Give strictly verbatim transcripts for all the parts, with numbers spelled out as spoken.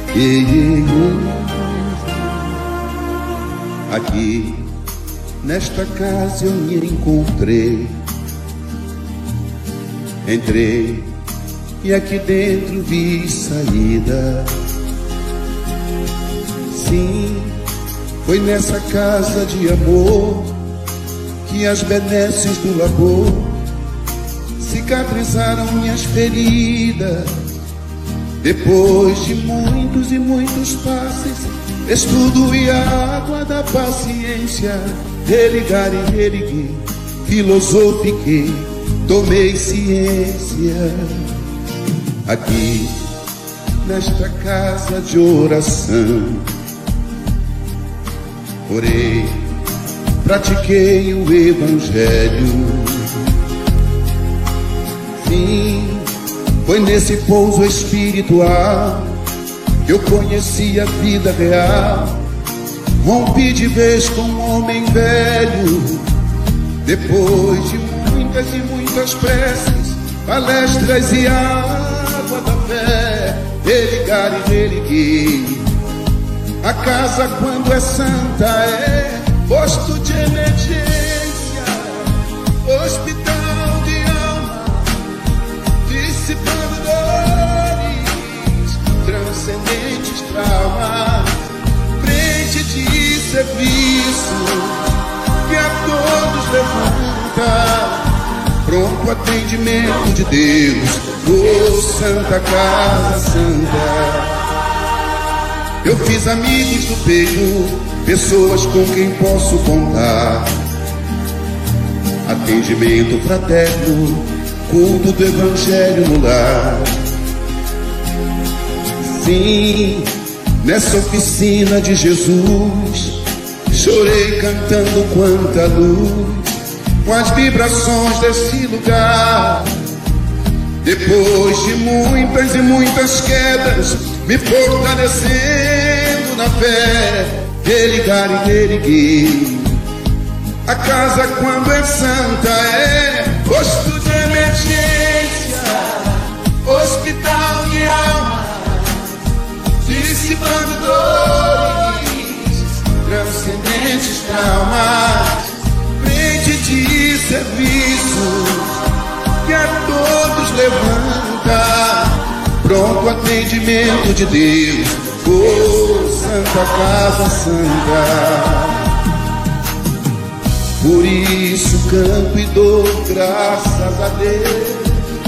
Yeah, yeah, yeah. Aqui, nesta casa eu me encontrei. Entrei e aqui dentro vi saída. Sim, foi nessa casa de amor que as benesses do labor cicatrizaram minhas feridas. Depois de muitos e muitos passes, estudo e a água da paciência, religar e religuei, filosofiquei, tomei ciência. Aqui, nesta casa de oração, orei, pratiquei o evangelho. Sim, foi nesse pouso espiritual que eu conheci a vida real. Rompi de vez com um homem velho. Depois de muitas e muitas preces, palestras e água da fé, religar e religuei. A casa, quando é santa, é posto de emergência, hospital de alma, dissipando dores, transcendentes traumas, frente de serviço que a todos levanta, pronto atendimento de Deus, oh Santa Casa Santa. Eu fiz amigos do peito, pessoas com quem posso contar, atendimento fraterno, culto do evangelho no lar. Sim, nessa oficina de Jesus, chorei cantando quanta luz, com as vibrações desse lugar. Depois de muitas e muitas quedas, me fortalecendo na fé, religar e reerguer. A casa, quando é santa, é posto de emergência, hospital de alma, dissipando dores, transcendentes traumas, frente de serviço que a todos levanta, pronto atendimento de Deus, oh Santa Casa Santa. Por isso canto e dou graças a Deus,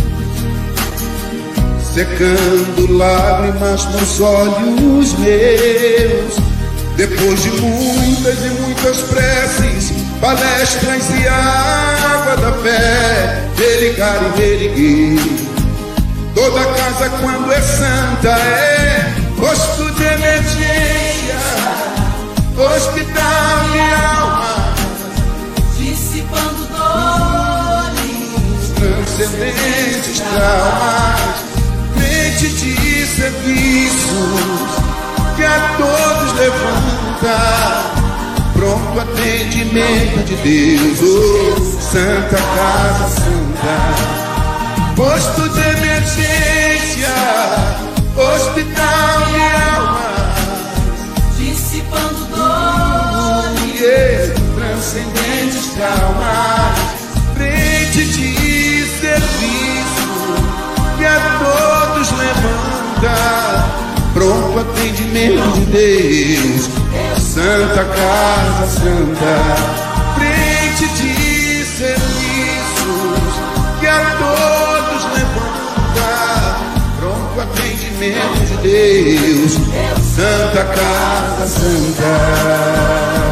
secando lágrimas nos olhos meus. Depois de muitas e muitas preces, palestras e água da fé, religar e reerguer. Toda casa, quando é santa, é posto de emergência, hospital de alma, dissipando dores, transcendentes traumas, frente de serviços que a todos levanta, pronto atendimento de Deus, oh Santa Casa Santa. Posto de emergência, hospital de alma, dissipando dores, yeah, transcendentes traumas, frente de serviço que a todos levanta, pronto atendimento de Deus, Santa Casa Santa. Frente de serviços que a todos levanta, pronto atendimento de Deus, Santa Casa Santa.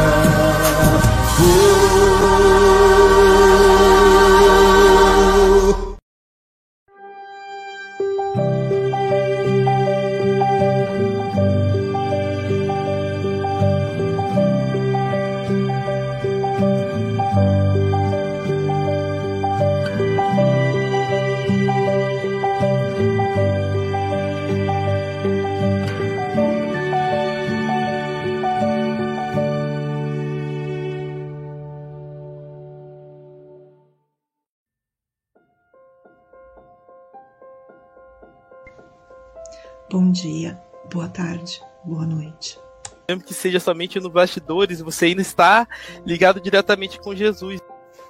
Oh. Bom dia, boa tarde, boa noite. Mesmo que seja somente no bastidores, você ainda está ligado diretamente com Jesus.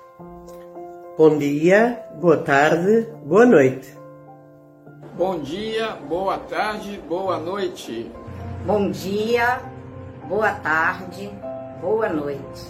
Bom dia, boa tarde, boa noite. Bom dia, boa tarde, boa noite. Bom dia, boa tarde, boa noite.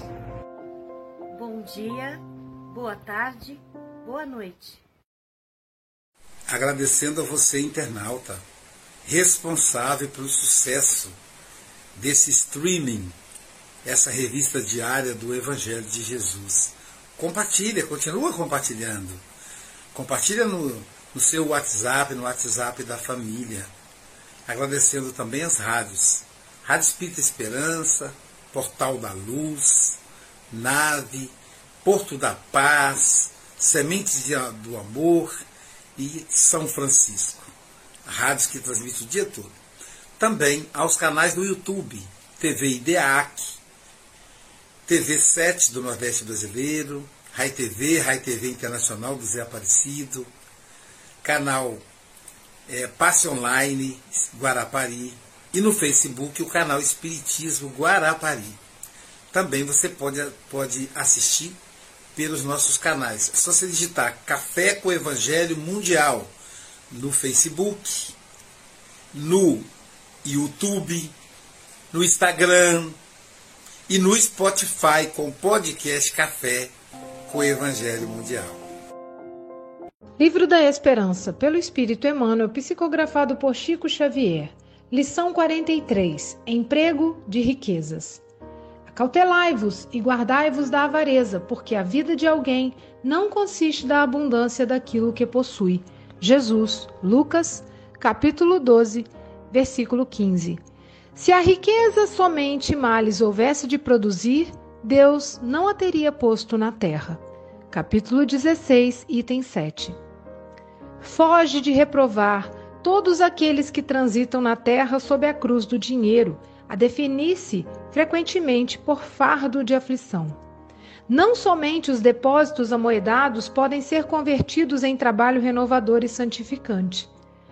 Bom dia, boa tarde, boa noite. Agradecendo a você, internauta, responsável pelo sucesso desse streaming, essa revista diária do Evangelho de Jesus. Compartilha, continua compartilhando. Compartilha no, no seu WhatsApp, no WhatsApp da família. Agradecendo também as rádios. Rádio Espírita Esperança, Portal da Luz, Nave, Porto da Paz, Sementes de, do Amor e São Francisco. Rádios que transmitem o dia todo. Também aos canais do YouTube, T V IDEAC, T V sete do Nordeste Brasileiro, Rai T V, Rai T V Internacional do Zé Aparecido, canal é, Passe Online Guarapari e no Facebook o canal Espiritismo Guarapari. Também você pode, pode assistir pelos nossos canais. É só você digitar Café com Evangelho Mundial no Facebook, no YouTube, no Instagram e no Spotify com o podcast Café com Evangelho Mundial. Livro da Esperança, pelo Espírito Emmanuel, psicografado por Chico Xavier. Lição quarenta e três. Emprego de riquezas. Acautelai-vos e guardai-vos da avareza, porque a vida de alguém não consiste da abundância daquilo que possui. Jesus, Lucas, capítulo doze, versículo quinze. Se a riqueza somente males houvesse de produzir, Deus não a teria posto na terra. Capítulo dezesseis, item sete. Foge de reprovar todos aqueles que transitam na terra sob a cruz do dinheiro, a definir-se frequentemente por fardo de aflição. Não somente os depósitos amoedados podem ser convertidos em trabalho renovador e santificante.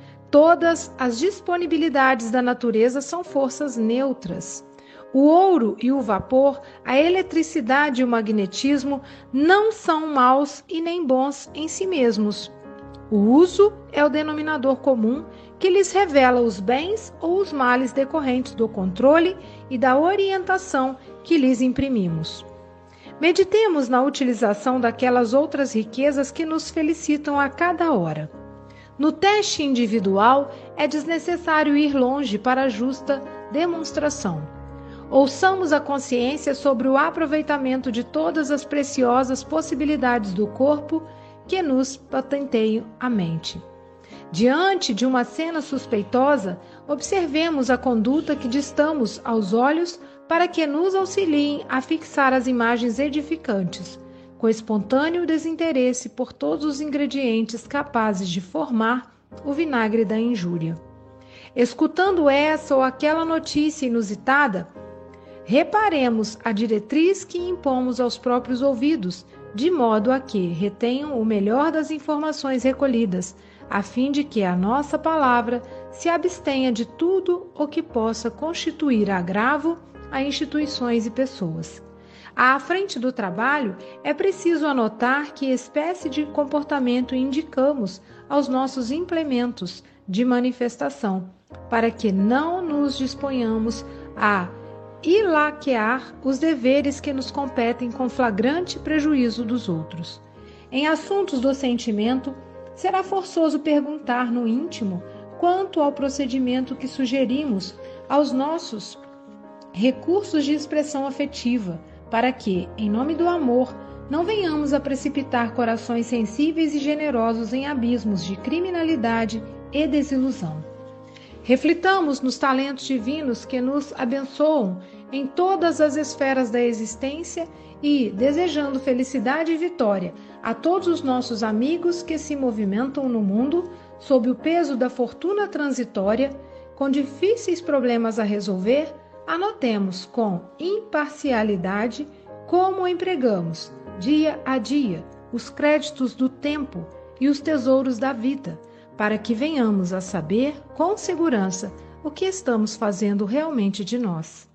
Todas as disponibilidades da natureza são forças neutras. O ouro e o vapor, a eletricidade e o magnetismo não são maus e nem bons em si mesmos. O uso é o denominador comum que lhes revela os bens ou os males decorrentes do controle e da orientação que lhes imprimimos. Meditemos na utilização daquelas outras riquezas que nos felicitam a cada hora. No teste individual, é desnecessário ir longe para a justa demonstração. Ouçamos a consciência sobre o aproveitamento de todas as preciosas possibilidades do corpo que nos patenteiam a mente. Diante de uma cena suspeitosa, observemos a conduta que distamos aos olhos para que nos auxiliem a fixar as imagens edificantes, com espontâneo desinteresse por todos os ingredientes capazes de formar o vinagre da injúria. Escutando essa ou aquela notícia inusitada, reparemos a diretriz que impomos aos próprios ouvidos, de modo a que retenham o melhor das informações recolhidas, a fim de que a nossa palavra se abstenha de tudo o que possa constituir agravo a instituições e pessoas. À frente do trabalho, é preciso anotar que espécie de comportamento indicamos aos nossos implementos de manifestação, para que não nos disponhamos a ilaquear os deveres que nos competem com flagrante prejuízo dos outros. Em assuntos do sentimento, será forçoso perguntar no íntimo quanto ao procedimento que sugerimos aos nossos recursos de expressão afetiva, para que, em nome do amor, não venhamos a precipitar corações sensíveis e generosos em abismos de criminalidade e desilusão. Reflitamos nos talentos divinos que nos abençoam em todas as esferas da existência e, desejando felicidade e vitória a todos os nossos amigos que se movimentam no mundo sob o peso da fortuna transitória, com difíceis problemas a resolver, anotemos com imparcialidade como empregamos, dia a dia, os créditos do tempo e os tesouros da vida, para que venhamos a saber, com segurança, o que estamos fazendo realmente de nós.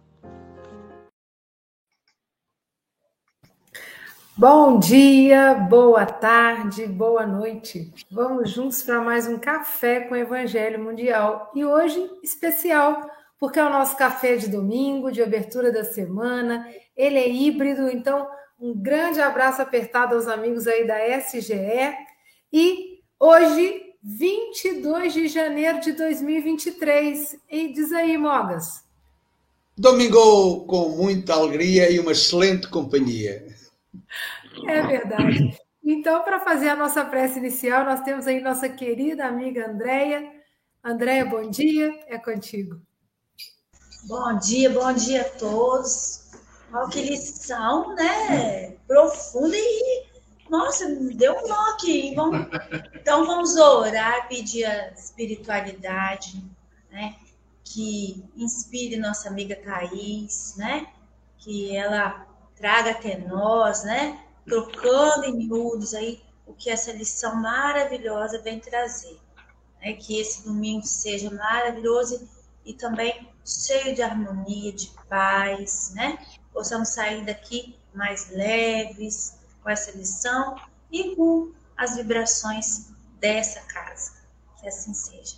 Bom dia, boa tarde, boa noite. Vamos juntos para mais um Café com o Evangelho Mundial. E hoje, especial, porque é o nosso café de domingo, de abertura da semana. Ele é híbrido, então um grande abraço apertado aos amigos aí da S G E. E hoje, vinte e dois de janeiro de dois mil e vinte e três. E diz aí, Mogas. Domingo com muita alegria e uma excelente companhia. É verdade. Então, para fazer a nossa prece inicial, nós temos aí nossa querida amiga Andréia. Andréia, bom dia, é contigo. Bom dia, bom dia a todos. Olha que lição, né? Profunda e, nossa, me deu um nó aqui. Vamos... Então, vamos orar, pedir a espiritualidade, né? Que inspire nossa amiga Thaís, né? Que ela traga até nós, né? Trocando em miúdos aí o que essa lição maravilhosa vem trazer. Né? Que esse domingo seja maravilhoso e também cheio de harmonia, de paz, né? Possamos sair daqui mais leves com essa lição e com as vibrações dessa casa. Que assim seja.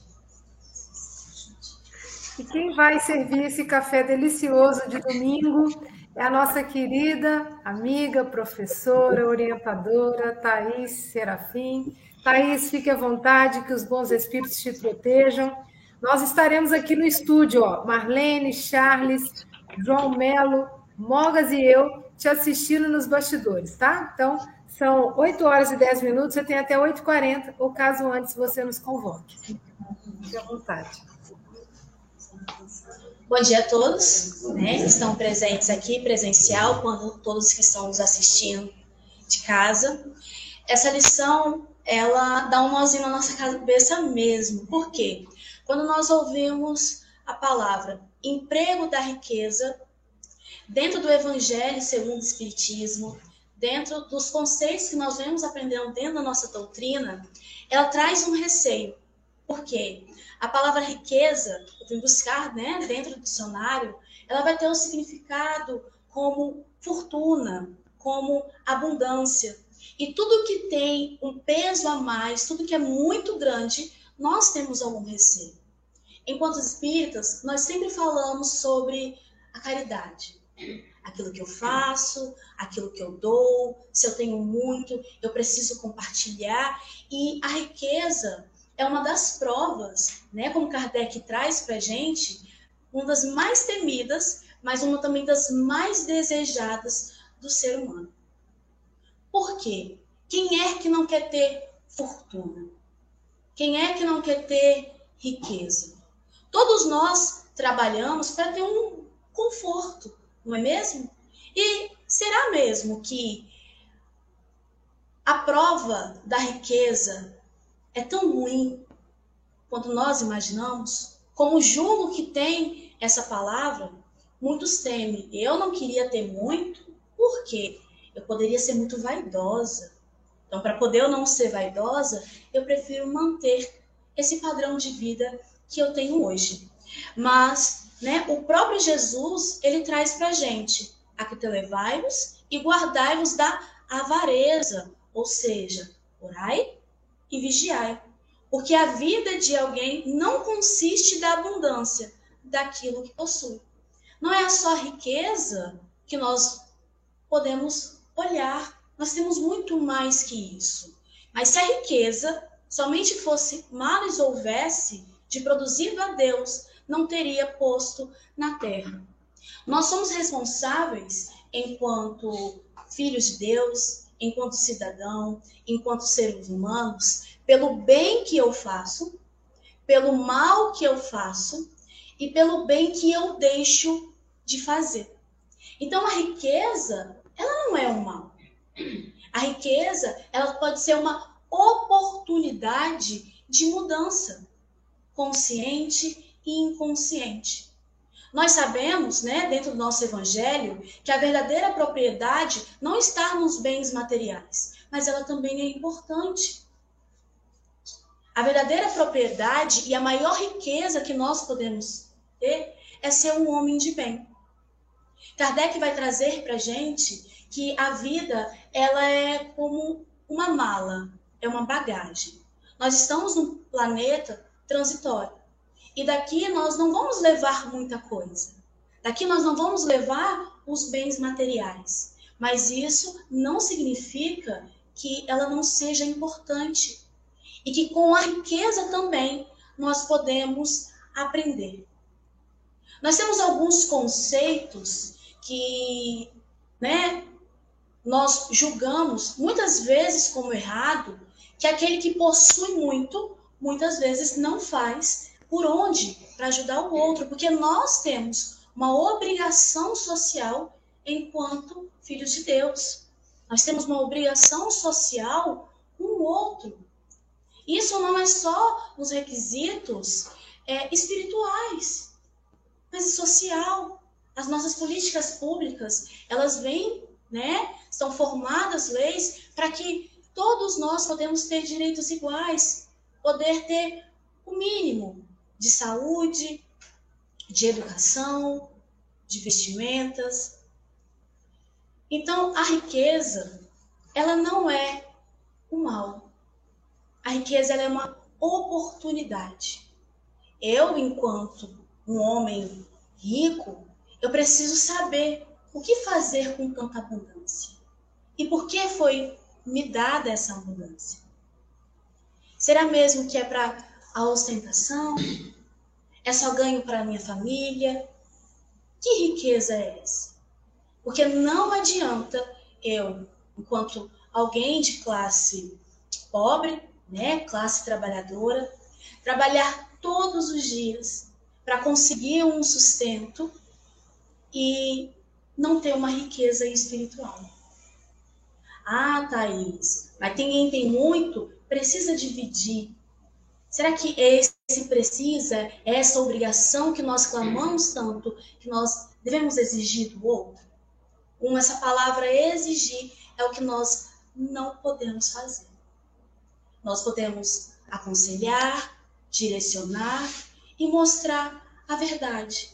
E quem vai servir esse café delicioso de domingo é a nossa querida amiga, professora, orientadora, Thaís Serafim. Thaís, fique à vontade, que os bons espíritos te protejam. Nós estaremos aqui no estúdio, ó, Marlene, Charles, João Melo, Mogas e eu, te assistindo nos bastidores, tá? Então, são oito horas e dez minutos, você tem até oito e quarenta, ou caso antes você nos convoque. Fique à vontade. Bom dia a todos, né, que estão presentes aqui, presencial, quando todos que estão nos assistindo de casa. Essa lição, ela dá um nozinho na nossa cabeça mesmo. Por quê? Quando nós ouvimos a palavra emprego da riqueza, dentro do Evangelho segundo o Espiritismo, dentro dos conceitos que nós vemos aprendendo dentro da nossa doutrina, ela traz um receio. Por quê? A palavra riqueza, eu vim buscar, né, dentro do dicionário, ela vai ter um significado como fortuna, como abundância. E tudo que tem um peso a mais, tudo que é muito grande, nós temos algum receio. Enquanto espíritas, nós sempre falamos sobre a caridade. Aquilo que eu faço, aquilo que eu dou, se eu tenho muito, eu preciso compartilhar. E a riqueza é uma das provas, né, como Kardec traz para a gente, uma das mais temidas, mas uma também das mais desejadas do ser humano. Por quê? Quem é que não quer ter fortuna? Quem é que não quer ter riqueza? Todos nós trabalhamos para ter um conforto, não é mesmo? E será mesmo que a prova da riqueza é tão ruim quanto nós imaginamos? Como julgo que tem essa palavra, muitos temem. Eu não queria ter muito, por quê? Eu poderia ser muito vaidosa. Então, para poder eu não ser vaidosa, eu prefiro manter esse padrão de vida que eu tenho hoje. Mas, né, o próprio Jesus, ele traz para a gente: aquitelevai-vos e guardai-vos da avareza, ou seja, orai e vigiai. Porque a vida de alguém não consiste da abundância daquilo que possui. Não é só a riqueza que nós podemos olhar. Nós temos muito mais que isso. Mas se a riqueza somente fosse males houvesse de produzir a Deus, não teria posto na terra. Nós somos responsáveis, enquanto filhos de Deus, enquanto cidadão, enquanto seres humanos, pelo bem que eu faço, pelo mal que eu faço e pelo bem que eu deixo de fazer. Então, a riqueza, ela não é um mal. A riqueza, ela pode ser uma oportunidade de mudança, consciente e inconsciente. Nós sabemos, né, dentro do nosso evangelho, que a verdadeira propriedade não está nos bens materiais, mas ela também é importante. A verdadeira propriedade e a maior riqueza que nós podemos ter é ser um homem de bem. Kardec vai trazer para a gente que a vida ela é como uma mala, é uma bagagem. Nós estamos num planeta transitório e daqui nós não vamos levar muita coisa. Daqui nós não vamos levar os bens materiais, mas isso não significa que ela não seja importante e que com a riqueza também nós podemos aprender. Nós temos alguns conceitos que, né, nós julgamos muitas vezes como errado, que aquele que possui muito, muitas vezes não faz por onde para ajudar o outro, porque nós temos uma obrigação social enquanto filhos de Deus. Nós temos uma obrigação social com o outro. Isso não é só nos requisitos é, espirituais, mas social. As nossas políticas públicas, elas vêm, né, são formadas leis para que todos nós podemos ter direitos iguais, poder ter o mínimo de saúde, de educação, de vestimentas. Então, a riqueza, ela não é o mal. A riqueza ela é uma oportunidade. Eu, enquanto um homem rico, eu preciso saber o que fazer com tanta abundância. E por que foi me dada essa abundância? Será mesmo que é para a ostentação? É só ganho para a minha família? Que riqueza é essa? Porque não adianta eu, enquanto alguém de classe pobre, né, classe trabalhadora, trabalhar todos os dias para conseguir um sustento e não ter uma riqueza espiritual. Ah, Thaís, mas quem tem muito precisa dividir. Será que esse precisa, essa obrigação que nós clamamos tanto, que nós devemos exigir do outro? Com essa palavra exigir é o que nós não podemos fazer. Nós podemos aconselhar, direcionar e mostrar a verdade.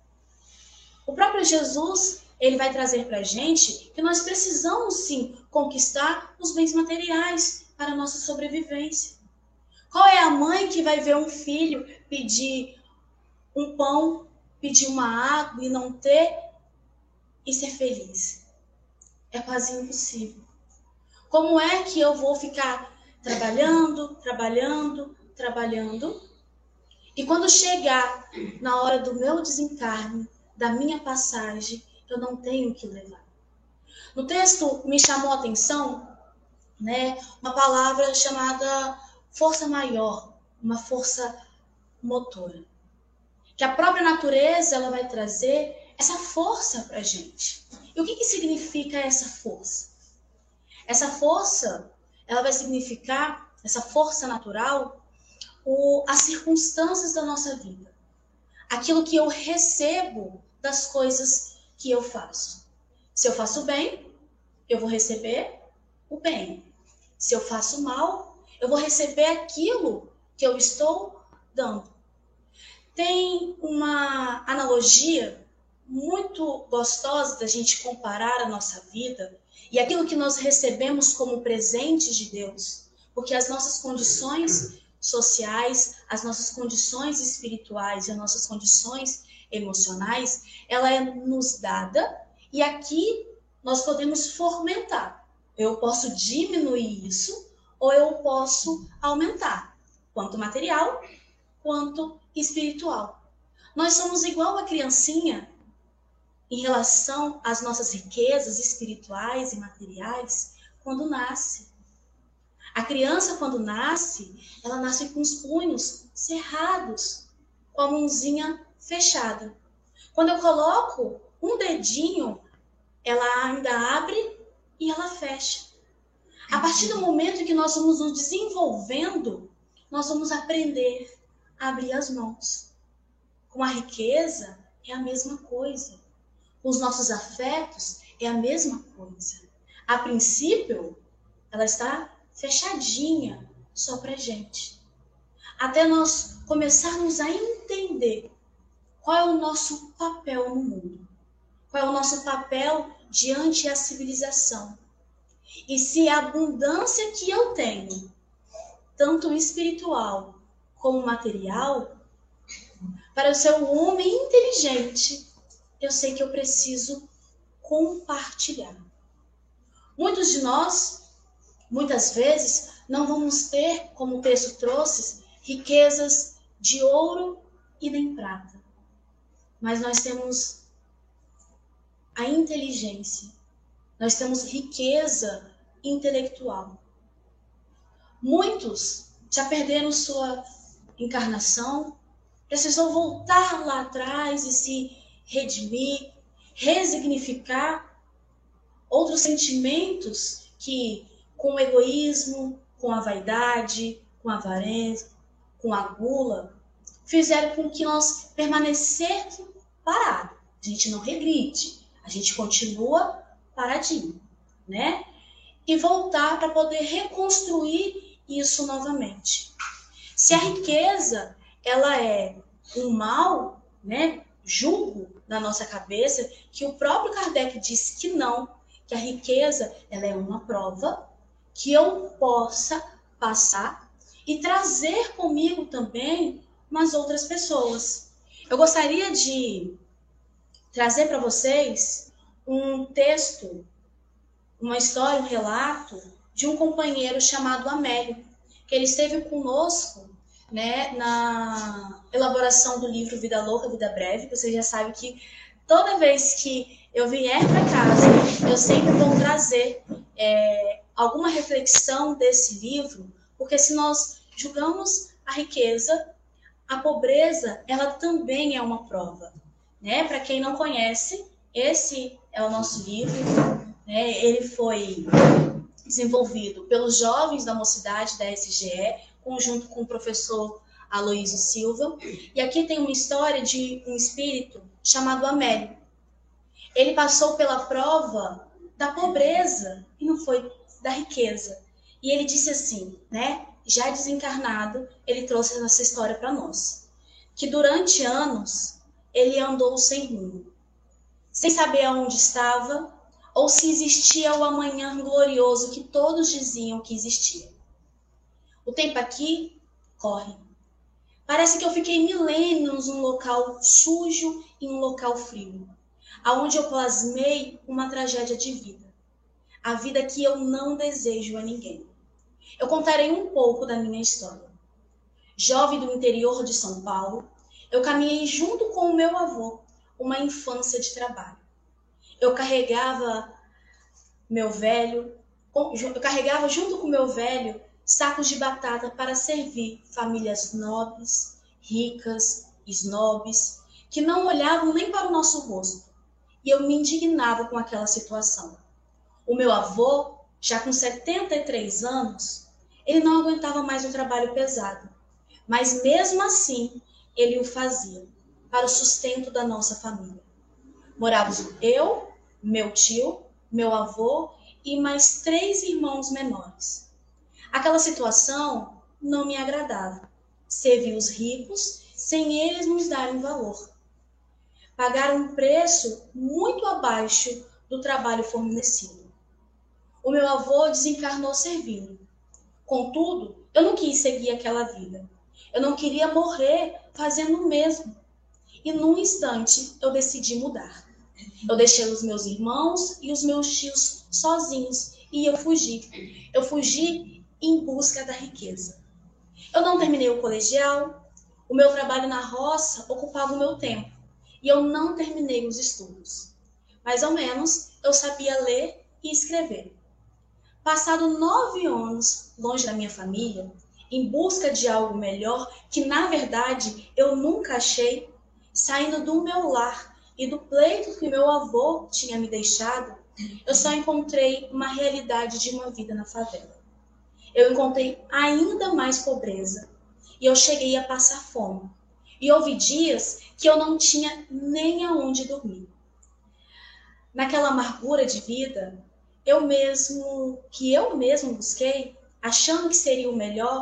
O próprio Jesus, ele vai trazer para a gente que nós precisamos sim conquistar os bens materiais para a nossa sobrevivência. Qual é a mãe que vai ver um filho pedir um pão, pedir uma água e não ter e ser feliz? É quase impossível. Como é que eu vou ficar trabalhando, trabalhando, trabalhando e quando chegar na hora do meu desencarne, da minha passagem, eu não tenho o que levar? No texto me chamou a atenção, né, uma palavra chamada força maior, uma força motora. Que a própria natureza ela vai trazer essa força para a gente. E o que, que significa essa força? Essa força, ela vai significar, essa força natural, o, as circunstâncias da nossa vida. Aquilo que eu recebo das coisas que eu faço. Se eu faço bem, eu vou receber o bem. Se eu faço mal, eu vou receber aquilo que eu estou dando. Tem uma analogia muito gostosa da gente comparar a nossa vida e aquilo que nós recebemos como presentes de Deus, porque as nossas condições sociais, as nossas condições espirituais e as nossas condições emocionais, ela é nos dada e aqui nós podemos fomentar. Eu posso diminuir isso ou eu posso aumentar, quanto material, quanto espiritual. Nós somos igual a criancinha em relação às nossas riquezas espirituais e materiais quando nasce. A criança, quando nasce, ela nasce com os punhos cerrados, com a mãozinha fechada. Quando eu coloco um dedinho, ela ainda abre e ela fecha. A partir do momento que nós vamos nos desenvolvendo, nós vamos aprender a abrir as mãos. Com a riqueza, é a mesma coisa. Com os nossos afetos, é a mesma coisa. A princípio, ela está fechadinha só pra gente. até nós começarmos a entender qual é o nosso papel no mundo, qual é o nosso papel diante da civilização. E se a abundância que eu tenho, tanto espiritual como material, para eu ser um homem inteligente, eu sei que eu preciso compartilhar. Muitos de nós, muitas vezes, não vamos ter, como o texto trouxe, riquezas de ouro e nem prata. Mas nós temos a inteligência, nós temos riqueza intelectual. Muitos já perderam sua encarnação, precisou voltar lá atrás e se redimir, resignificar outros sentimentos que, com o egoísmo, com a vaidade, com a avareza, com a gula, fizeram com que nós permanecêssemos parados. A gente não regride, a gente continua paradinho, né? E voltar para poder reconstruir isso novamente. Se a riqueza, ela é um mal, né? Julgo na nossa cabeça, que o próprio Kardec disse que não, que a riqueza, ela é uma prova que eu possa passar e trazer comigo também umas outras pessoas. Eu gostaria de trazer para vocês um texto, uma história, um relato de um companheiro chamado Amélio, que ele esteve conosco, né, na elaboração do livro Vida Louca, Vida Breve. Você já sabe que toda vez que eu vier para casa, eu sempre vou trazer é, alguma reflexão desse livro, porque se nós julgamos a riqueza, a pobreza, ela também é uma prova, né? Para quem não conhece, esse é o nosso livro, né? Ele foi desenvolvido pelos jovens da mocidade da S G E, conjunto com o professor Aloysio Silva. E aqui tem uma história de um espírito chamado Amélio. Ele passou pela prova da pobreza e não foi da riqueza. E ele disse assim, né? Já desencarnado, ele trouxe essa história para nós. Que durante anos, ele andou sem rumo, sem saber aonde estava, ou se existia o amanhã glorioso que todos diziam que existia. O tempo aqui corre. Parece que eu fiquei milênios num local sujo e um local frio, aonde eu plasmei uma tragédia de vida. A vida que eu não desejo a ninguém. Eu contarei um pouco da minha história. Jovem do interior de São Paulo, eu caminhei junto com o meu avô, uma infância de trabalho. Eu carregava meu velho, eu carregava junto com meu velho sacos de batata para servir famílias nobres, ricas, snobs, que não olhavam nem para o nosso rosto. E eu me indignava com aquela situação. O meu avô, já com setenta e três anos, ele não aguentava mais o trabalho pesado. Mas mesmo assim, ele o fazia para o sustento da nossa família. Morávamos eu, meu tio, meu avô e mais três irmãos menores. Aquela situação não me agradava. Servir os ricos sem eles nos darem valor. Pagar um preço muito abaixo do trabalho fornecido. O meu avô desencarnou servindo. Contudo, eu não quis seguir aquela vida. Eu não queria morrer fazendo o mesmo. E num instante eu decidi mudar. Eu deixei os meus irmãos e os meus tios sozinhos e eu fugi. Eu fugi em busca da riqueza. Eu não terminei o colegial, o meu trabalho na roça ocupava o meu tempo e eu não terminei os estudos. Mais ou menos eu sabia ler e escrever. Passado nove anos longe da minha família, em busca de algo melhor, que na verdade eu nunca achei, saindo do meu lar e do pleito que meu avô tinha me deixado, eu só encontrei uma realidade de uma vida na favela. Eu encontrei ainda mais pobreza e eu cheguei a passar fome. E houve dias que eu não tinha nem aonde dormir. Naquela amargura de vida, eu mesmo, que eu mesmo busquei, achando que seria o melhor,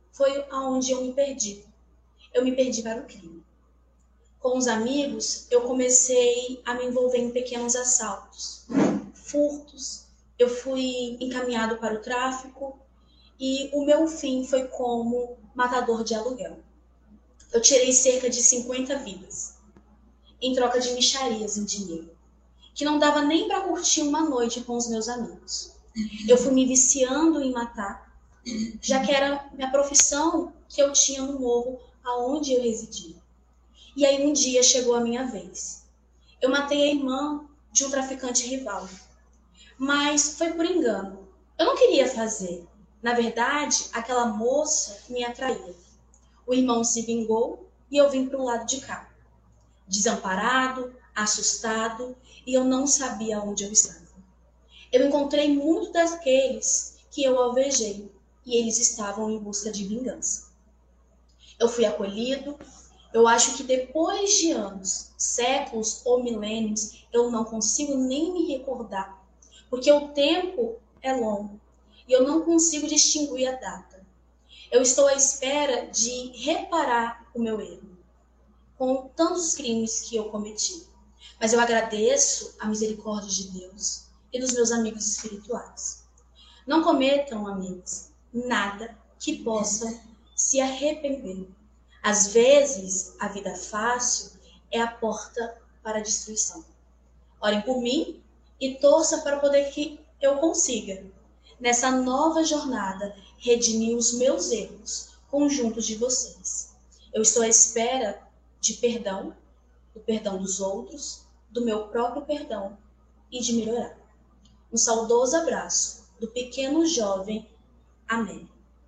foi aonde eu me perdi. Eu me perdi para o crime. Com os amigos, eu comecei a me envolver em pequenos assaltos, furtos, eu fui encaminhado para o tráfico e o meu fim foi como matador de aluguel. Eu tirei cerca de cinquenta vidas, em troca de mixarias em dinheiro, que não dava nem para curtir uma noite com os meus amigos. Eu fui me viciando em matar, já que era minha profissão que eu tinha no morro aonde eu residia. E aí um dia chegou a minha vez. Eu matei a irmã de um traficante rival, mas foi por engano. Eu não queria fazer. Na verdade, aquela moça me atraía. O irmão se vingou e eu vim para o lado de cá. Desamparado, assustado, e eu não sabia onde eu estava. Eu encontrei muitos daqueles que eu alvejei e eles estavam em busca de vingança. Eu fui acolhido. Eu acho que depois de anos, séculos ou milênios, eu não consigo nem me recordar, porque o tempo é longo e eu não consigo distinguir a data. Eu estou à espera de reparar o meu erro, com tantos crimes que eu cometi. Mas eu agradeço a misericórdia de Deus e dos meus amigos espirituais. Não cometam, amigos, nada que possa se arrepender. Às vezes, a vida fácil é a porta para a destruição. Orem por mim e torçam para poder que eu consiga, nessa nova jornada, redimir os meus erros conjunto de vocês. Eu estou à espera de perdão, do perdão dos outros, do meu próprio perdão e de melhorar. Um saudoso abraço do pequeno jovem Amém.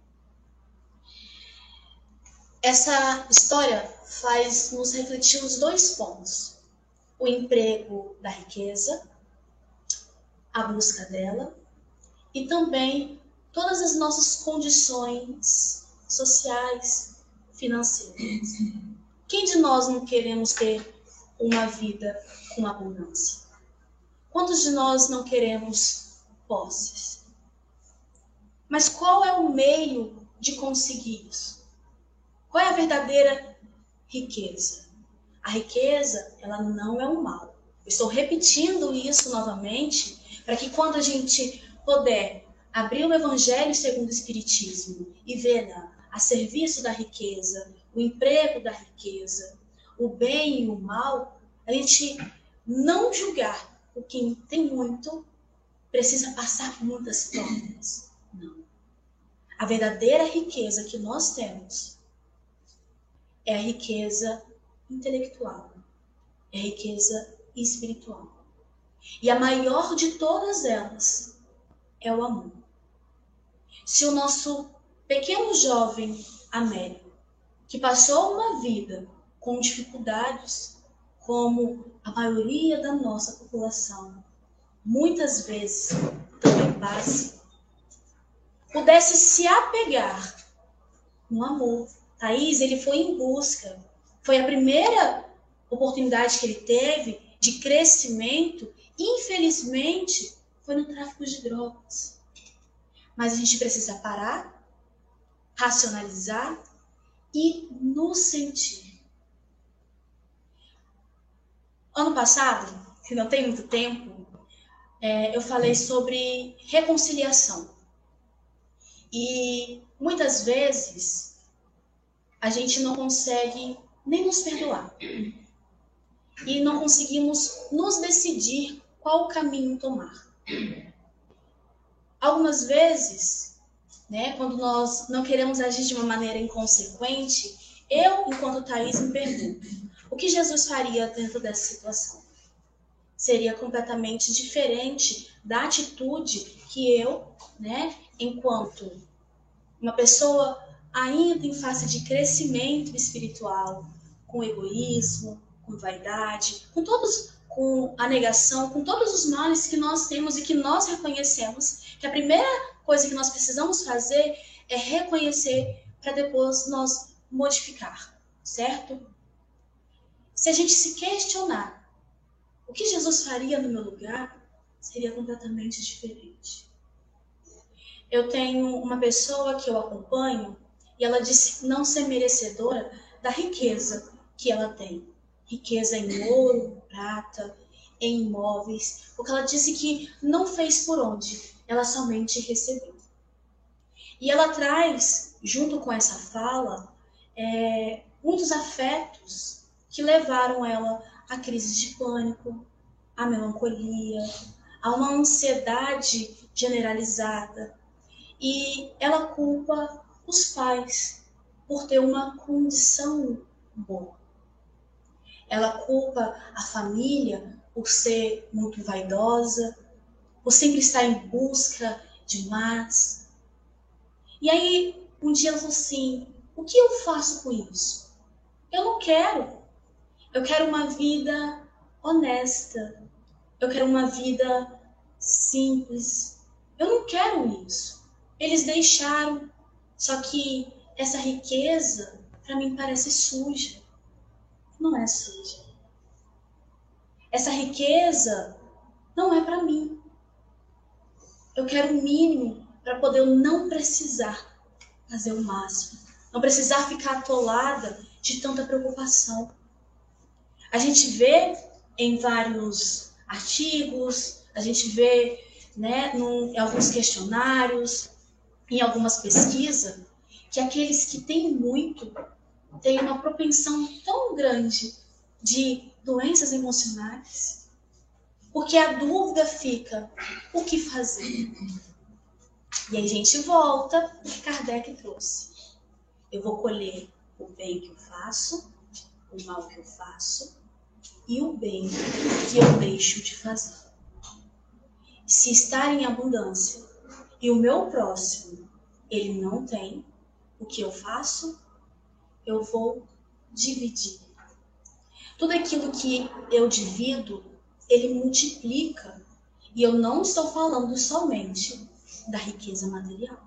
Essa história faz nos refletir os dois pontos. O emprego da riqueza, a busca dela, e também todas as nossas condições sociais, financeiras. Quem de nós não queremos ter uma vida com abundância? Quantos de nós não queremos posses? Mas qual é o meio de conseguir isso? Qual é a verdadeira riqueza? A riqueza, ela não é um mal. Eu estou repetindo isso novamente, para que quando a gente puder abrir o Evangelho segundo o Espiritismo e ver né, a serviço da riqueza, o emprego da riqueza, o bem e o mal, a gente não julgar o que tem muito precisa passar por muitas provas. Não. A verdadeira riqueza que nós temos é a riqueza intelectual, é a riqueza espiritual. E a maior de todas elas é o amor. Se o nosso pequeno jovem Américo, que passou uma vida com dificuldades, como a maioria da nossa população, muitas vezes também passa, pudesse se apegar no amor. Thaís, ele foi em busca. Foi a primeira oportunidade que ele teve de crescimento. Infelizmente, foi no tráfico de drogas. Mas a gente precisa parar, racionalizar e nos sentir. Ano passado, que não tem muito tempo, é, eu falei sobre reconciliação. E muitas vezes a gente não consegue nem nos perdoar. E não conseguimos nos decidir qual caminho tomar. Algumas vezes, né, quando nós não queremos agir de uma maneira inconsequente, eu, enquanto Thaís, me pergunto, o que Jesus faria dentro dessa situação? Seria completamente diferente da atitude que eu, né, enquanto uma pessoa ainda em fase de crescimento espiritual, com egoísmo, com vaidade, com todos, com a negação, com todos os males que nós temos e que nós reconhecemos, que a primeira coisa que nós precisamos fazer é reconhecer para depois nós modificar, certo? Se a gente se questionar o que Jesus faria no meu lugar, seria completamente diferente. Eu tenho uma pessoa que eu acompanho E ela disse não ser merecedora da riqueza que ela tem. Riqueza em ouro, prata, em imóveis. Porque ela disse que não fez por onde, ela somente recebeu. E ela traz, junto com essa fala, é, muitos afetos que levaram ela à crise de pânico, à melancolia, a uma ansiedade generalizada. E ela culpa os pais por ter uma condição boa. Ela culpa a família por ser muito vaidosa, por sempre estar em busca de mais. E aí, um dia ela falou assim, o que eu faço com isso? Eu não quero. Eu quero uma vida honesta. Eu quero uma vida simples. Eu não quero isso. Eles deixaram. Só que essa riqueza, para mim, parece suja. Não é suja. Essa riqueza não é para mim. Eu quero o mínimo para poder eu não precisar fazer o máximo. Não precisar ficar atolada de tanta preocupação. A gente vê em vários artigos, a gente vê, né, num, em alguns questionários, em algumas pesquisas, que aqueles que têm muito têm uma propensão tão grande de doenças emocionais, porque a dúvida fica, o que fazer? E aí a gente volta para o que Kardec trouxe. Eu vou colher o bem que eu faço, o mal que eu faço e o bem que eu deixo de fazer. Se estar em abundância e o meu próximo, ele não tem, o que eu faço, eu vou dividir. Tudo aquilo que eu divido, ele multiplica. E eu não estou falando somente da riqueza material.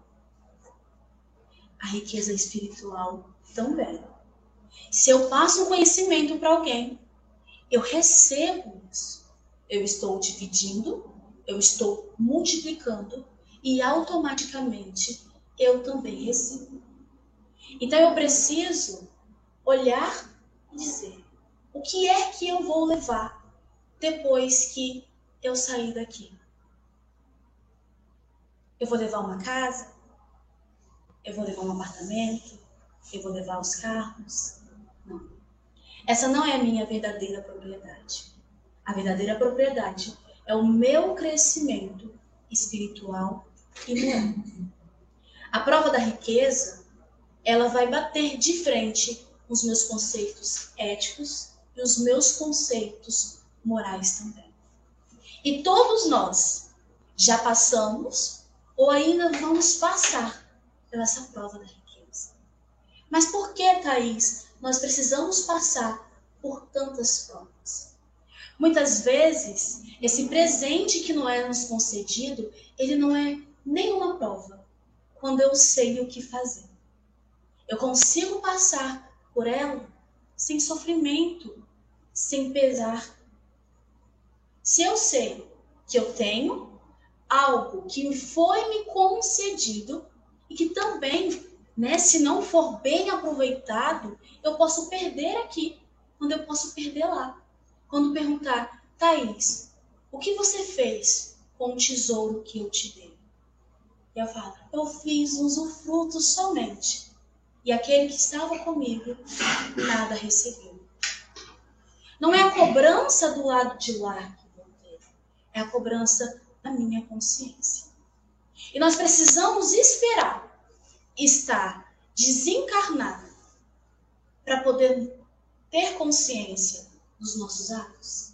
A riqueza espiritual também. Se eu passo um conhecimento para alguém, eu recebo isso. Eu estou dividindo, eu estou multiplicando e automaticamente eu também recebo. Então eu preciso olhar e dizer, o que é que eu vou levar depois que eu sair daqui? Eu vou levar uma casa? Eu vou levar um apartamento? Eu vou levar os carros? Não. Essa não é a minha verdadeira propriedade. A verdadeira propriedade é o meu crescimento espiritual e moral. A prova da riqueza, ela vai bater de frente com os meus conceitos éticos e os meus conceitos morais também. E todos nós já passamos ou ainda vamos passar por essa prova da riqueza. Mas por que, Thaís, nós precisamos passar por tantas provas? Muitas vezes, esse presente que não é nos concedido, ele não é nenhuma prova, quando eu sei o que fazer. Eu consigo passar por ela sem sofrimento, sem pesar. Se eu sei que eu tenho algo que me foi me concedido e que também, né, se não for bem aproveitado, eu posso perder aqui, quando eu posso perder lá. Quando perguntar, Thaís, o que você fez com o tesouro que eu te dei? E eu falo, eu fiz usufruto somente. E aquele que estava comigo, nada recebeu. Não é a cobrança do lado de lá que vou ter, é a cobrança da minha consciência. E nós precisamos esperar estar desencarnado para poder ter consciência dos nossos atos.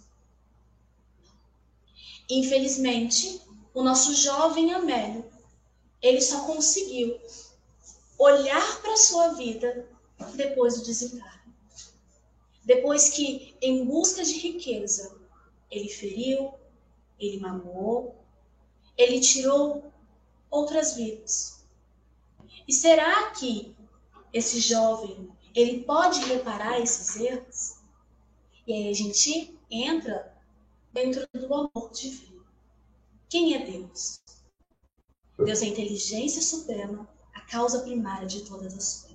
Infelizmente, o nosso jovem Amélio, ele só conseguiu olhar para a sua vida depois do desencarne. Depois que, em busca de riqueza, ele feriu, ele magoou, ele tirou outras vidas. E será que esse jovem, ele pode reparar esses erros? E aí a gente entra dentro do amor divino. Quem é Deus? Deus é a inteligência suprema, a causa primária de todas as coisas.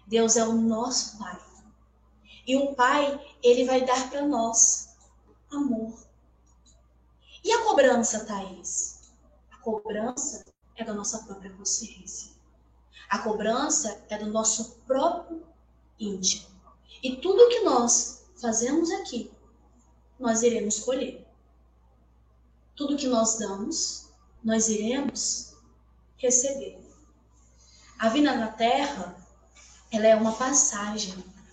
Deus é o nosso Pai. E um Pai, ele vai dar para nós amor. E a cobrança, Thaís? A cobrança é da nossa própria consciência. A cobrança é do nosso próprio íntimo. E tudo que nós fazemos aqui, nós iremos colher. Tudo que nós damos, nós iremos receber. A vida na Terra, ela é uma passagem.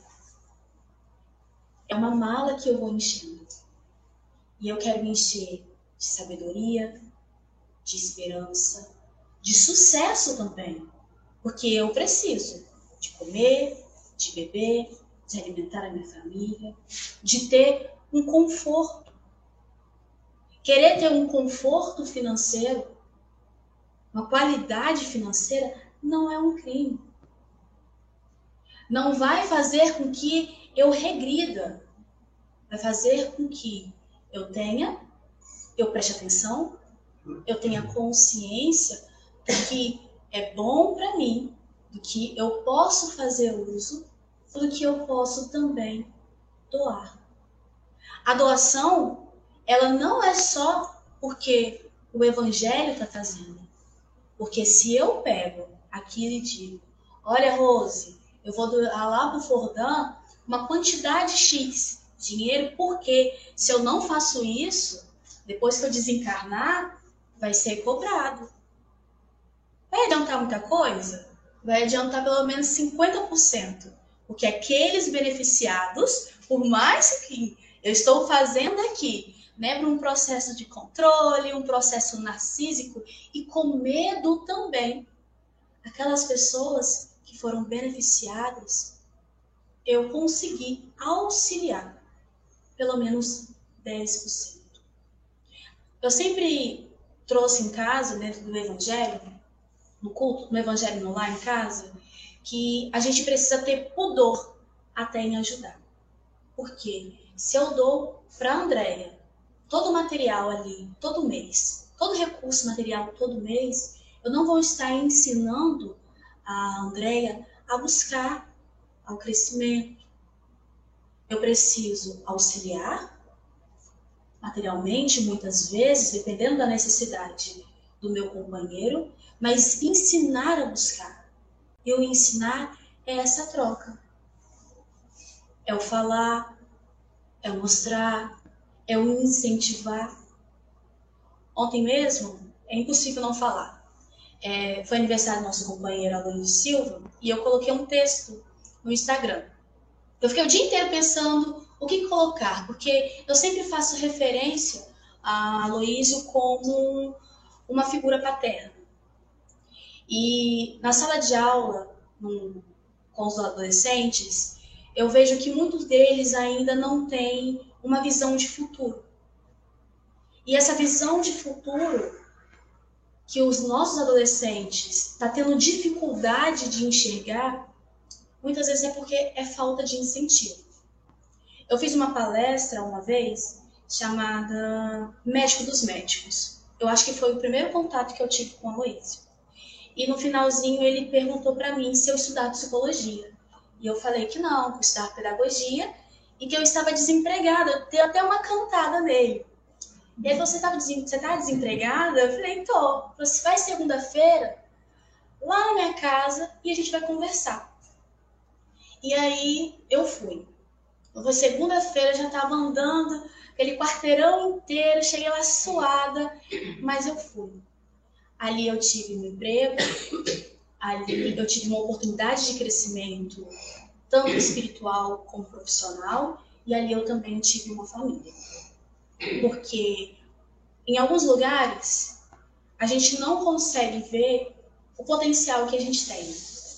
É uma mala que eu vou enchendo. E eu quero me encher de sabedoria, de esperança, de sucesso também. Porque eu preciso de comer, de beber, de alimentar a minha família, de ter um conforto. Querer ter um conforto financeiro, uma qualidade financeira, não é um crime. Não vai fazer com que eu regrida. Vai fazer com que eu tenha, eu preste atenção, eu tenha consciência do que é bom para mim, do que eu posso fazer uso, do que eu posso também doar. A doação, ela não é só porque o Evangelho está trazendo. Porque se eu pego aquilo e digo, olha, Rose, eu vou doar lá para o Fordan uma quantidade X de dinheiro, porque se eu não faço isso, depois que eu desencarnar, vai ser cobrado. Vai adiantar muita coisa? Vai adiantar pelo menos cinquenta por cento. Porque aqueles beneficiados, por mais que eu estou fazendo aqui, né, para um processo de controle, um processo narcísico e com medo também, aquelas pessoas que foram beneficiadas, eu consegui auxiliar pelo menos dez por cento. Eu sempre trouxe em casa, dentro do Evangelho, no culto, no Evangelho no Lar em casa, que a gente precisa ter pudor até em ajudar. Porque se eu dou para a Andréia todo o material ali, todo mês, todo recurso material todo mês, eu não vou estar ensinando a Andréia a buscar ao crescimento. Eu preciso auxiliar materialmente, muitas vezes, dependendo da necessidade do meu companheiro, mas ensinar a buscar. E o ensinar é essa troca. É o falar, é o mostrar, é o incentivar. Ontem mesmo, é impossível não falar. É, foi aniversário do nosso companheiro Aloysio Silva e eu coloquei um texto no Instagram. Eu fiquei o dia inteiro pensando o que colocar, porque eu sempre faço referência a Aloysio como uma figura paterna. E na sala de aula, num, com os adolescentes, eu vejo que muitos deles ainda não têm uma visão de futuro. E essa visão de futuro que os nossos adolescentes estão tá tendo dificuldade de enxergar, muitas vezes é porque é falta de incentivo. Eu fiz uma palestra uma vez chamada Médico dos Médicos. Eu acho que foi o primeiro contato que eu tive com o Aloysio. E no finalzinho ele perguntou para mim se eu estudava psicologia. E eu falei que não, que eu estudava pedagogia e que eu estava desempregada. Eu dei até uma cantada nele. E ele falou, você está você tá desempregada? Eu falei, tô. Você vai segunda-feira lá na minha casa e a gente vai conversar. E aí eu fui. Foi segunda-feira, já estava andando aquele quarteirão inteiro, cheguei lá suada, mas eu fui. Ali eu tive um emprego, ali eu tive uma oportunidade de crescimento, tanto espiritual como profissional, e ali eu também tive uma família. Porque em alguns lugares a gente não consegue ver o potencial que a gente tem.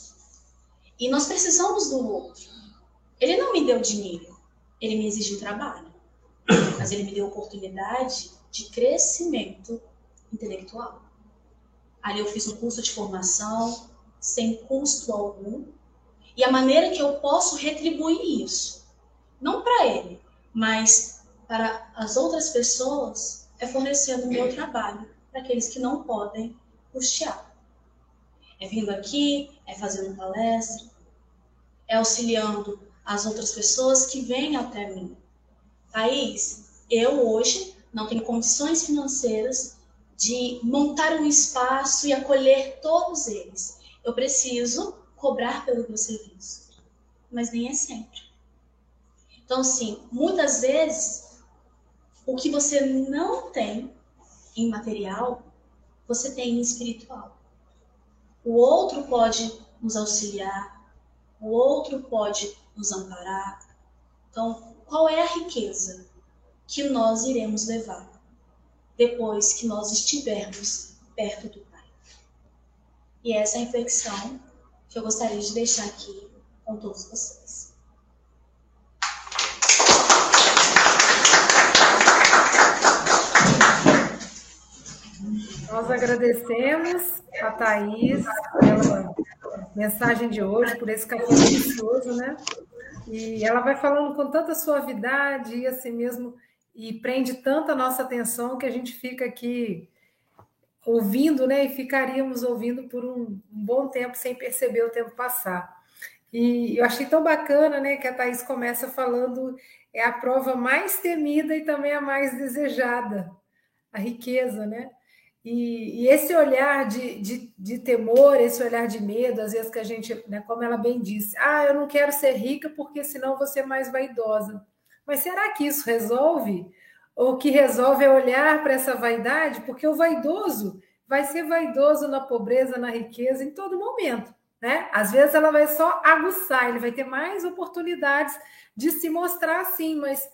E nós precisamos do outro. Ele não me deu dinheiro, ele me exigiu trabalho, mas ele me deu oportunidade de crescimento intelectual. Ali eu fiz um curso de formação, sem custo algum, e a maneira que eu posso retribuir isso, não para ele, mas para as outras pessoas, é fornecendo o meu trabalho para aqueles que não podem custear. É vindo aqui, é fazendo palestra. é auxiliando as outras pessoas que vêm até mim. Thaís, eu hoje não tenho condições financeiras de montar um espaço e acolher todos eles. Eu preciso cobrar pelo meu serviço, mas nem é sempre. Então, sim, muitas vezes, o que você não tem em material, você tem em espiritual. O outro pode nos auxiliar, o outro pode nos amparar. Então, qual é a riqueza que nós iremos levar depois que nós estivermos perto do Pai? E essa é a reflexão que eu gostaria de deixar aqui com todos vocês. Nós agradecemos a Thaís pela mensagem de hoje, por esse café delicioso, né? E ela vai falando com tanta suavidade e assim mesmo, e prende tanta a nossa atenção que a gente fica aqui ouvindo, né? E ficaríamos ouvindo por um, um bom tempo sem perceber o tempo passar. E eu achei tão bacana, né, que a Thaís começa falando, é a prova mais temida e também a mais desejada, a riqueza, né? E, e esse olhar de, de, de temor, esse olhar de medo, às vezes que a gente, né, como ela bem disse, ah, eu não quero ser rica porque senão eu vou ser mais vaidosa. Mas será que isso resolve? Ou o que resolve é olhar para essa vaidade? Porque o vaidoso vai ser vaidoso na pobreza, na riqueza, em todo momento, né? Às vezes ela vai só aguçar, ele vai ter mais oportunidades de se mostrar assim, mas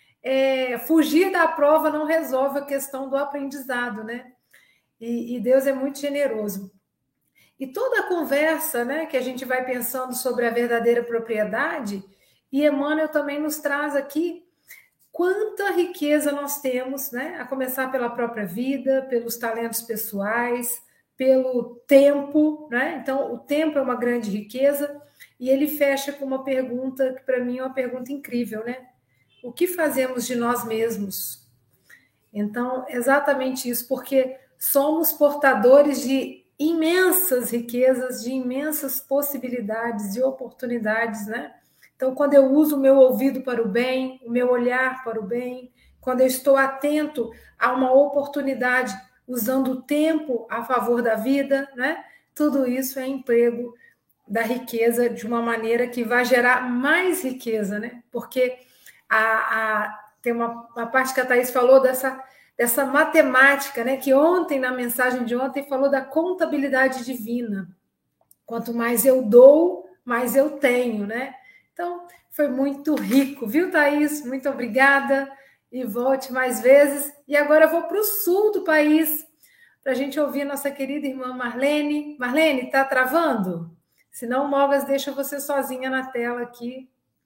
é, fugir da prova não resolve a questão do aprendizado, né? E, e Deus é muito generoso. E toda a conversa, né, que a gente vai pensando sobre a verdadeira propriedade, e Emmanuel também nos traz aqui quanta riqueza nós temos, né, a começar pela própria vida, pelos talentos pessoais, pelo tempo, né? Então, o tempo é uma grande riqueza, e ele fecha com uma pergunta que, para mim, é uma pergunta incrível, né? O que fazemos de nós mesmos? Então, exatamente isso, porque somos portadores de imensas riquezas, de imensas possibilidades, de oportunidades, né? Então, quando eu uso o meu ouvido para o bem, o meu olhar para o bem, quando eu estou atento a uma oportunidade, usando o tempo a favor da vida, né? Tudo isso é emprego da riqueza de uma maneira que vai gerar mais riqueza, né? Porque a, a, tem uma, uma parte que a Thaís falou dessa... dessa matemática, né, que ontem, na mensagem de ontem, falou da contabilidade divina. Quanto mais eu dou, mais eu tenho, né? Então, foi muito rico, viu, Thaís? Muito obrigada, e volte mais vezes. E agora eu vou para o sul do país, para a gente ouvir nossa querida irmã Marlene. Marlene, está travando? Senão o Mogas deixa você sozinha na tela aqui.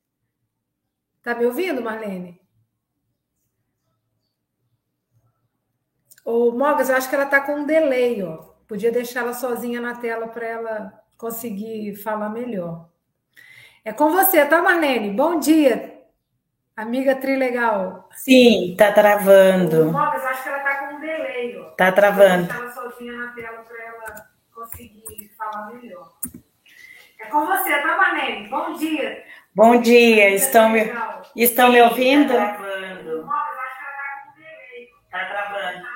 Está me ouvindo, Marlene? Ô, Mogas, eu acho que ela está com um delay, ó. Podia deixar ela sozinha na tela para ela conseguir falar melhor. É com você, tá, Marlene? Bom dia, amiga Trilegal. Sim, tá travando. Ô, Mogas, eu acho que ela está com um delay, ó. Tá travando. Podia deixar ela sozinha na tela para ela conseguir falar melhor. É com você, tá, Marlene? Bom dia. Bom dia, estão me, estão me ouvindo? Tá travando. Mogas, eu acho que ela está com um delay. Tá travando.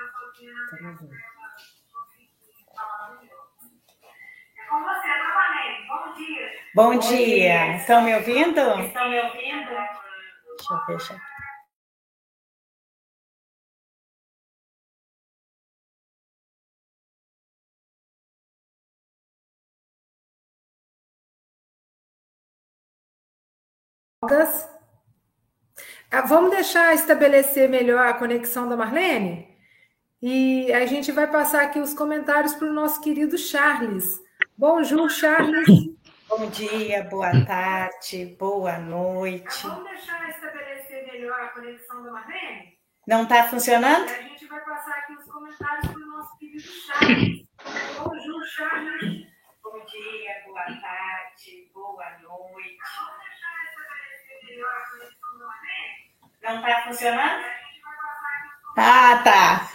Com você, novamente. Bom dia. Bom dia. Estão me ouvindo? Estão me ouvindo? Deixa eu fechar. Vamos deixar estabelecer melhor a conexão da Marlene? E a gente vai passar aqui os comentários para o nosso querido Charles. Bonjour, Charles. Bom dia, boa tarde, boa noite. Vamos deixar estabelecer melhor a conexão da Marlene? Não está funcionando? E a gente vai passar aqui os comentários para o nosso querido Charles. Bonjour, Charles. Bom dia, boa tarde, boa noite. Vamos deixar estabelecer melhor a conexão da Marlene? Não está funcionando? Ah, tá.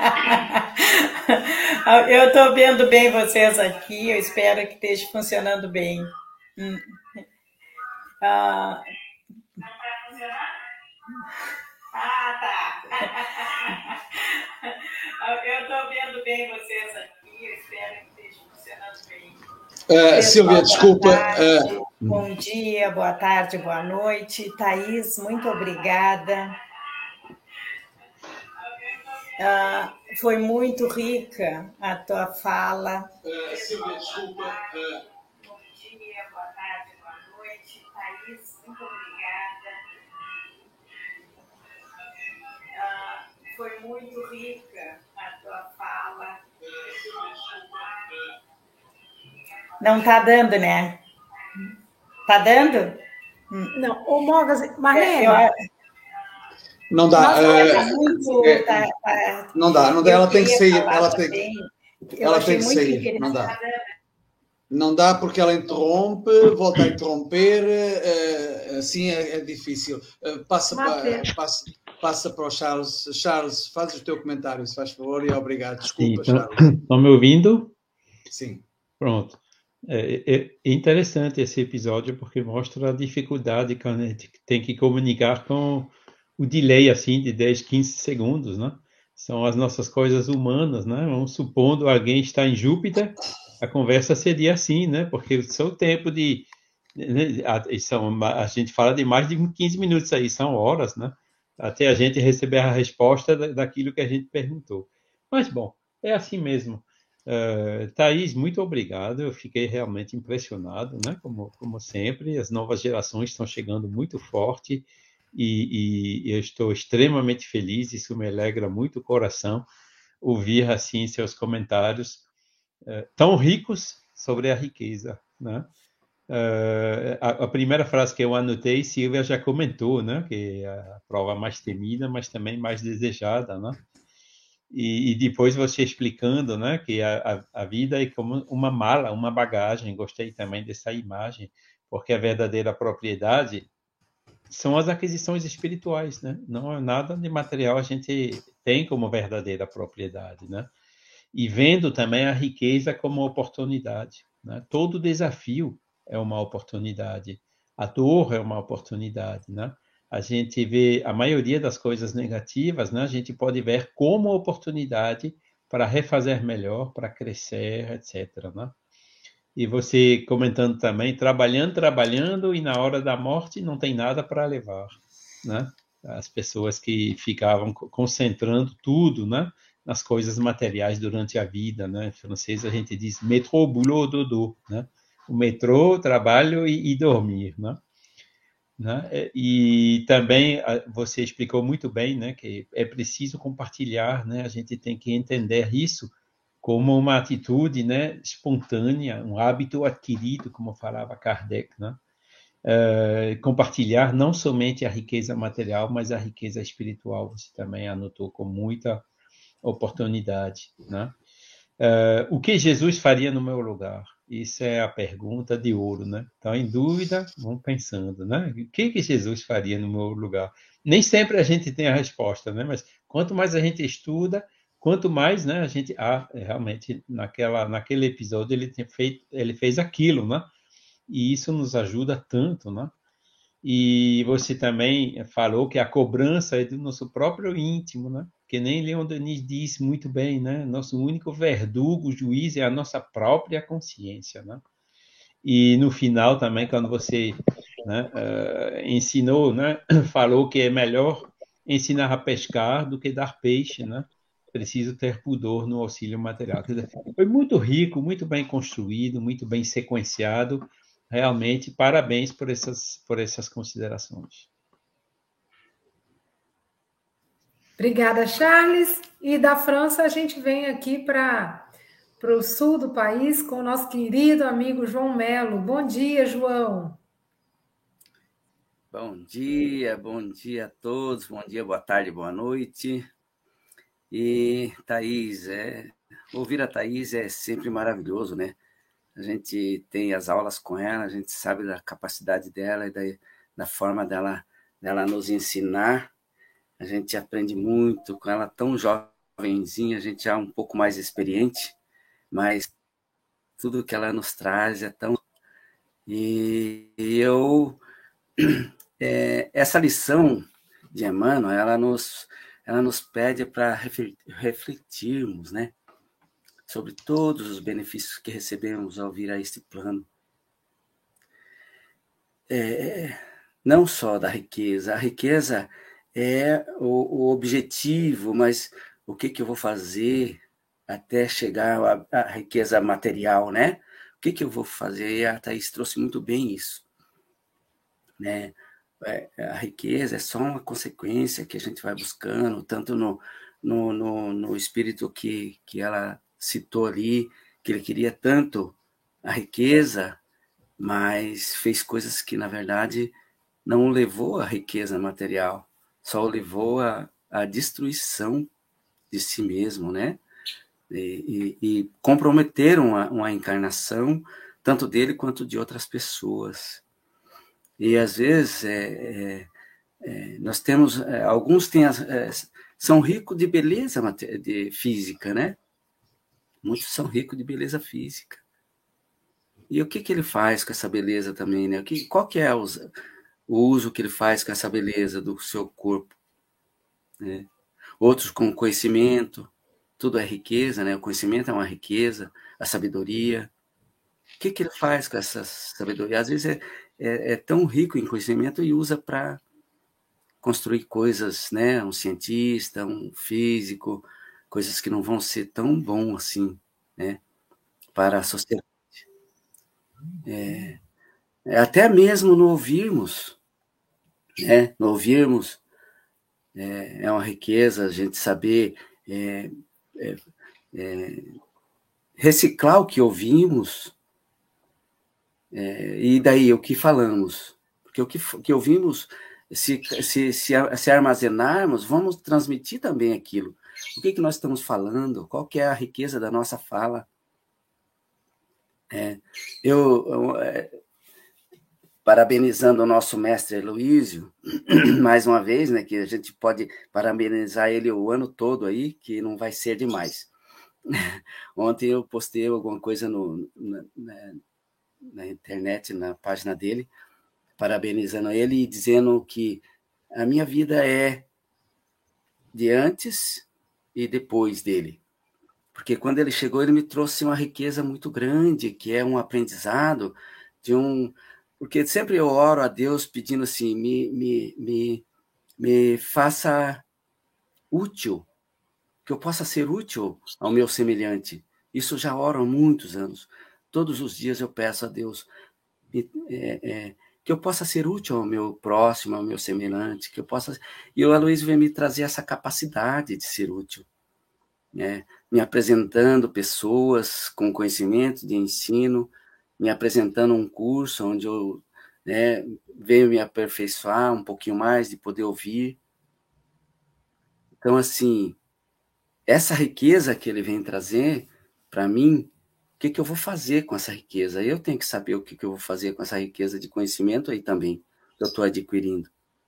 Eu estou vendo bem vocês aqui, eu espero que esteja funcionando bem. Hum. Ah, Ah, tá. Eu estou vendo bem vocês aqui, eu espero que esteja funcionando bem. Uh, Silvia, desculpa. Tarde, Uh... Bom dia, boa tarde, boa noite. Thaís, muito obrigada. Ah, foi muito rica a tua fala. Uh, Silvia, desculpa. Uh... Bom dia, boa tarde, boa noite. Thaís, muito obrigada. Ah, foi muito rica a tua fala. Não está dando, né? Está dando? Não, ô Mogas, Marlene. É, eu... Não dá. Nossa, uh, tá muito, é, tá, tá... Não dá, não dá. Ela tem que sair. Ela tem, eu ela tem que sair. Não dá. Não dá porque ela interrompe, volta a interromper. Uh, assim é, é difícil. Uh, passa, para, passa, passa para o Charles. Charles, faz o teu comentário, se faz favor, e obrigado. Desculpa, Sim, Charles. Estão me ouvindo? Sim. Pronto. É, é interessante esse episódio porque mostra a dificuldade que a gente tem que comunicar com o delay assim de dez, quinze segundos, né? São as nossas coisas humanas, né? Vamos supondo alguém está em Júpiter, a conversa seria assim, né? Porque o seu tempo de... Né? A, são, a gente fala de mais de quinze minutos aí, são horas, né? Até a gente receber a resposta daquilo que a gente perguntou. Mas, bom, é assim mesmo. Uh, Thaís, muito obrigado, eu fiquei realmente impressionado, né? Como, como sempre, as novas gerações estão chegando muito forte e, e eu estou extremamente feliz, isso me alegra muito o coração, ouvir assim seus comentários uh, tão ricos sobre a riqueza, né? Uh, a, a primeira frase que eu anotei, Silvia já comentou, né? Que é a prova mais temida, mas também mais desejada, né? E, e depois você explicando, né, que a, a, a vida é como uma mala, uma bagagem. Gostei também dessa imagem, porque a verdadeira propriedade são as aquisições espirituais, né? Não é nada de material a gente tem como verdadeira propriedade, né? E vendo também a riqueza como oportunidade, né? Todo desafio é uma oportunidade, a dor é uma oportunidade, né? A gente vê a maioria das coisas negativas, né? A gente pode ver como oportunidade para refazer melhor, para crescer, etcétera, né? E você comentando também, trabalhando, trabalhando, e na hora da morte não tem nada para levar, né? As pessoas que ficavam concentrando tudo, né? Nas coisas materiais durante a vida, né? Em francês a gente diz metrô, boulot, dodo, né? O metrô, trabalho e, e dormir, né? Né? E também você explicou muito bem, né, que é preciso compartilhar, né? A gente tem que entender isso como uma atitude, né, espontânea, um hábito adquirido, como falava Kardec, né? Uh, compartilhar não somente a riqueza material, mas a riqueza espiritual, você também anotou com muita oportunidade, né? Uh, o que Jesus faria no meu lugar? Isso é a pergunta de ouro, né? Então, em dúvida, vamos pensando, né? O que, que Jesus faria no meu lugar? Nem sempre a gente tem a resposta, né? Mas quanto mais a gente estuda, quanto mais, né, a gente... Ah, realmente, naquela, naquele episódio, ele, tem feito, ele fez aquilo, né? E isso nos ajuda tanto, né? E você também falou que a cobrança é do nosso próprio íntimo, né? Que nem Leon Denis diz muito bem, né? Nosso único verdugo, juiz, é a nossa própria consciência, né? E no final também, quando você, né, uh, ensinou, né? Falou que é melhor ensinar a pescar do que dar peixe, né? Preciso ter pudor no auxílio material. Quer dizer, foi muito rico, muito bem construído, muito bem sequenciado. Realmente, parabéns por essas, por essas considerações. Obrigada, Charles. E da França, a gente vem aqui para o sul do país com o nosso querido amigo João Melo. Bom dia, João. Bom dia, bom dia a todos. Bom dia, boa tarde, boa noite. E, Thaís, é, ouvir a Thaís é sempre maravilhoso, né? A gente tem as aulas com ela, a gente sabe da capacidade dela e da, da forma dela, dela nos ensinar. A gente aprende muito com ela, tão jovenzinha, a gente já é um pouco mais experiente, mas tudo que ela nos traz é tão... E eu é, essa lição de Emmanuel, ela nos, ela nos pede para refletirmos, né, sobre todos os benefícios que recebemos ao vir a este plano. É, não só da riqueza, a riqueza é o, o objetivo, mas o que, que eu vou fazer até chegar à, à riqueza material, né? O que, que eu vou fazer? E a Thaís trouxe muito bem isso, né? A riqueza é só uma consequência que a gente vai buscando, tanto no, no, no, no espírito que, que ela citou ali, que ele queria tanto a riqueza, mas fez coisas que, na verdade, não o levou à riqueza material, só o levou à, à destruição de si mesmo, né? E, e, e comprometeram uma, uma encarnação, tanto dele quanto de outras pessoas. E, às vezes, é, é, é, nós temos... É, alguns têm as, é, são ricos de beleza de física, né? Muitos são ricos de beleza física. E o que, que ele faz com essa beleza também, né? O que, qual que é o, o uso que ele faz com essa beleza do seu corpo? Né? Outros com conhecimento, tudo é riqueza, né? O conhecimento é uma riqueza, a sabedoria. O que, que ele faz com essa sabedoria? Às vezes é, é, é tão rico em conhecimento e usa para construir coisas, né? Um cientista, um físico, coisas que não vão ser tão bom assim, né? Para a sociedade. É, até mesmo no ouvirmos, né? No ouvirmos, é, é uma riqueza a gente saber é, é, é, reciclar o que ouvimos, é, e daí o que falamos, porque o que, que ouvimos, se, se, se, se armazenarmos, vamos transmitir também aquilo. O que, que nós estamos falando? Qual que é a riqueza da nossa fala? É, eu, eu é, parabenizando o nosso mestre Heloísio, mais uma vez, né, que a gente pode parabenizar ele o ano todo aí, que não vai ser demais. Ontem eu postei alguma coisa no, na, na, na internet, na página dele, parabenizando ele e dizendo que a minha vida é de antes e depois dele. Porque quando ele chegou, ele me trouxe uma riqueza muito grande, que é um aprendizado de um... Porque sempre eu oro a Deus pedindo assim, me, me, me, me faça útil, que eu possa ser útil ao meu semelhante. Isso eu já oro há muitos anos. Todos os dias eu peço a Deus me, é, é, que eu possa ser útil ao meu próximo, ao meu semelhante, que eu possa... E o Aloysio vem me trazer essa capacidade de ser útil, né? Me apresentando pessoas com conhecimento de ensino, me apresentando um curso onde eu, né, venho me aperfeiçoar um pouquinho mais, de poder ouvir. Então, assim, essa riqueza que ele vem trazer para mim, o que, que eu vou fazer com essa riqueza? Eu tenho que saber o que, que eu vou fazer com essa riqueza de conhecimento aí também, que eu estou adquirindo.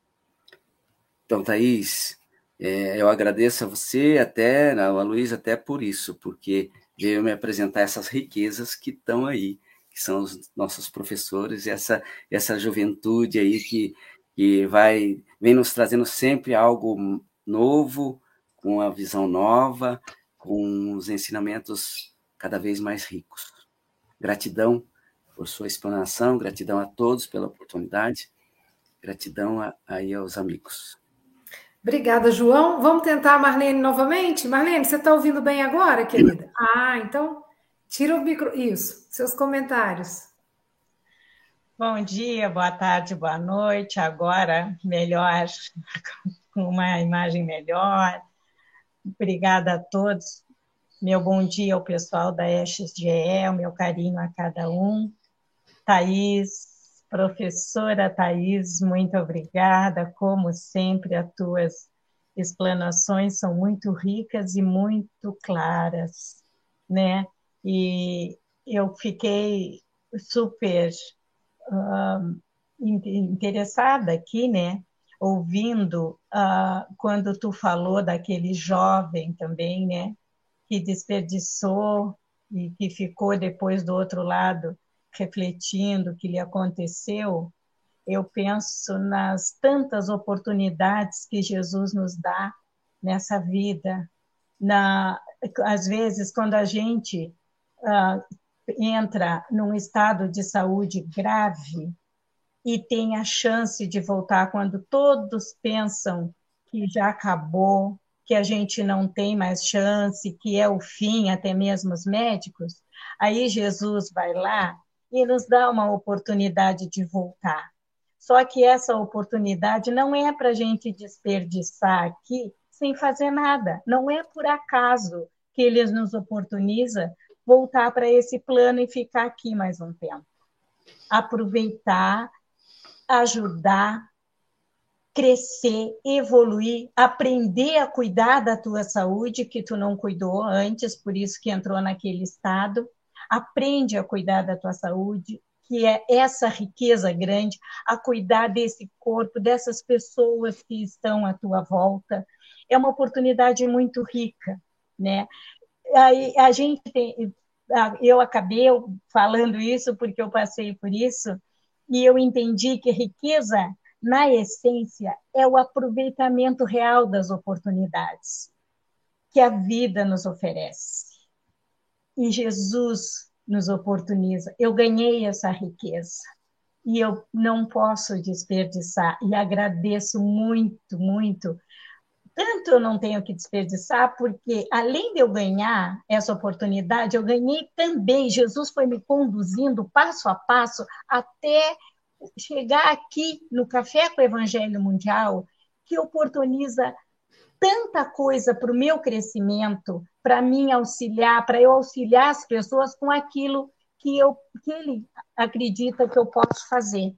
Então, Thaís, é, eu agradeço a você, até, a Luísa, até por isso, porque veio me apresentar essas riquezas que estão aí, que são os nossos professores, e essa, essa juventude aí que, que vai, vem nos trazendo sempre algo novo, com uma visão nova, com os ensinamentos cada vez mais ricos. Gratidão por sua explanação, gratidão a todos pela oportunidade, gratidão a, aí aos amigos. Obrigada, João. Vamos tentar a Marlene novamente? Marlene, você está ouvindo bem agora, querida? Ah, então tira o micro... Isso, seus comentários. Bom dia, boa tarde, boa noite. Agora, melhor, com uma imagem melhor. Obrigada a todos. Meu bom dia ao pessoal da E X G E, o meu carinho a cada um. Thaís, professora Thaís, muito obrigada. Como sempre, as tuas explanações são muito ricas e muito claras, né? E eu fiquei super uh, interessada aqui, né? Ouvindo uh, quando tu falou daquele jovem também, né? Que desperdiçou e que ficou depois do outro lado refletindo o que lhe aconteceu. eu penso nas tantas oportunidades que Jesus nos dá nessa vida. Na, às vezes, quando a gente uh, entra num estado de saúde grave e tem a chance de voltar quando todos pensam que já acabou, que a gente não tem mais chance, que é o fim, até mesmo os médicos, aí Jesus vai lá e nos dá uma oportunidade de voltar. Só que essa oportunidade não é para a gente desperdiçar aqui sem fazer nada. Não é por acaso que ele nos oportuniza voltar para esse plano e ficar aqui mais um tempo. Aproveitar, ajudar, crescer, evoluir, aprender a cuidar da tua saúde, que tu não cuidou antes, por isso que entrou naquele estado. Aprende a cuidar da tua saúde, que é essa riqueza grande, a cuidar desse corpo, dessas pessoas que estão à tua volta. É uma oportunidade muito rica, né? Aí a gente tem, eu acabei falando isso porque eu passei por isso e eu entendi que riqueza, na essência, é o aproveitamento real das oportunidades que a vida nos oferece. E Jesus nos oportuniza. Eu ganhei essa riqueza e eu não posso desperdiçar. E agradeço muito, muito. Tanto eu não tenho que desperdiçar, porque além de eu ganhar essa oportunidade, eu ganhei também. Jesus foi me conduzindo passo a passo até chegar aqui no Café com o Evangelho Mundial, que oportuniza tanta coisa para o meu crescimento, para mim auxiliar, para eu auxiliar as pessoas com aquilo que, eu, que ele acredita que eu posso fazer.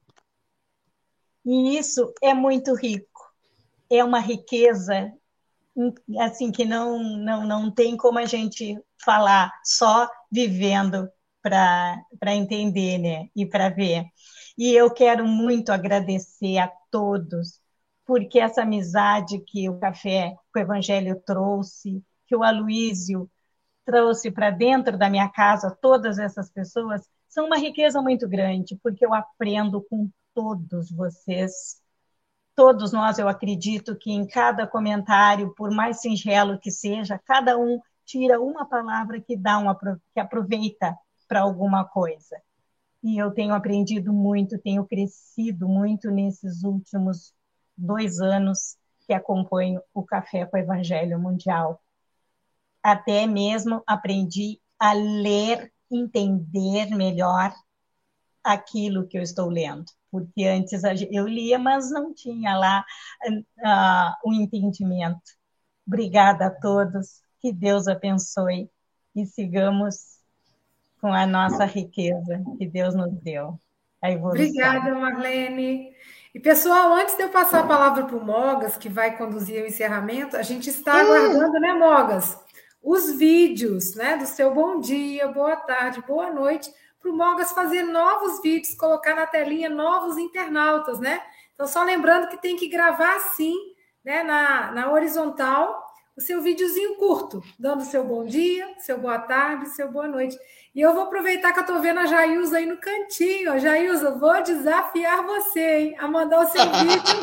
E isso é muito rico. É uma riqueza assim, que não, não, não tem como a gente falar só vivendo para entender, né? E para ver. E eu quero muito agradecer a todos, porque essa amizade que o Café com o Evangelho trouxe, que o Aloísio trouxe para dentro da minha casa, todas essas pessoas, são uma riqueza muito grande, porque eu aprendo com todos vocês. Todos nós, eu acredito que em cada comentário, por mais singelo que seja, cada um tira uma palavra que dá uma, que aproveita para alguma coisa. E eu tenho aprendido muito, tenho crescido muito nesses últimos dois anos que acompanho o Café com o Evangelho Mundial. Até mesmo aprendi a ler, entender melhor aquilo que eu estou lendo. Porque antes eu lia, mas não tinha lá uh, o entendimento. Obrigada a todos, que Deus abençoe e sigamos com a nossa riqueza que Deus nos deu. A evolução. Obrigada, Marlene. E, pessoal, antes de eu passar a palavra para o Mogas, que vai conduzir o encerramento, a gente está aguardando, né, Mogas, os vídeos, né, do seu bom dia, boa tarde, boa noite, para o Mogas fazer novos vídeos, colocar na telinha novos internautas, né? Então, só lembrando que tem que gravar assim, né, na, na horizontal, o seu videozinho curto, dando seu bom dia, seu boa tarde, seu boa noite. E eu vou aproveitar que eu estou vendo a Jailza aí no cantinho. Ó, Jailza, vou desafiar você, hein, a mandar o seu vídeo.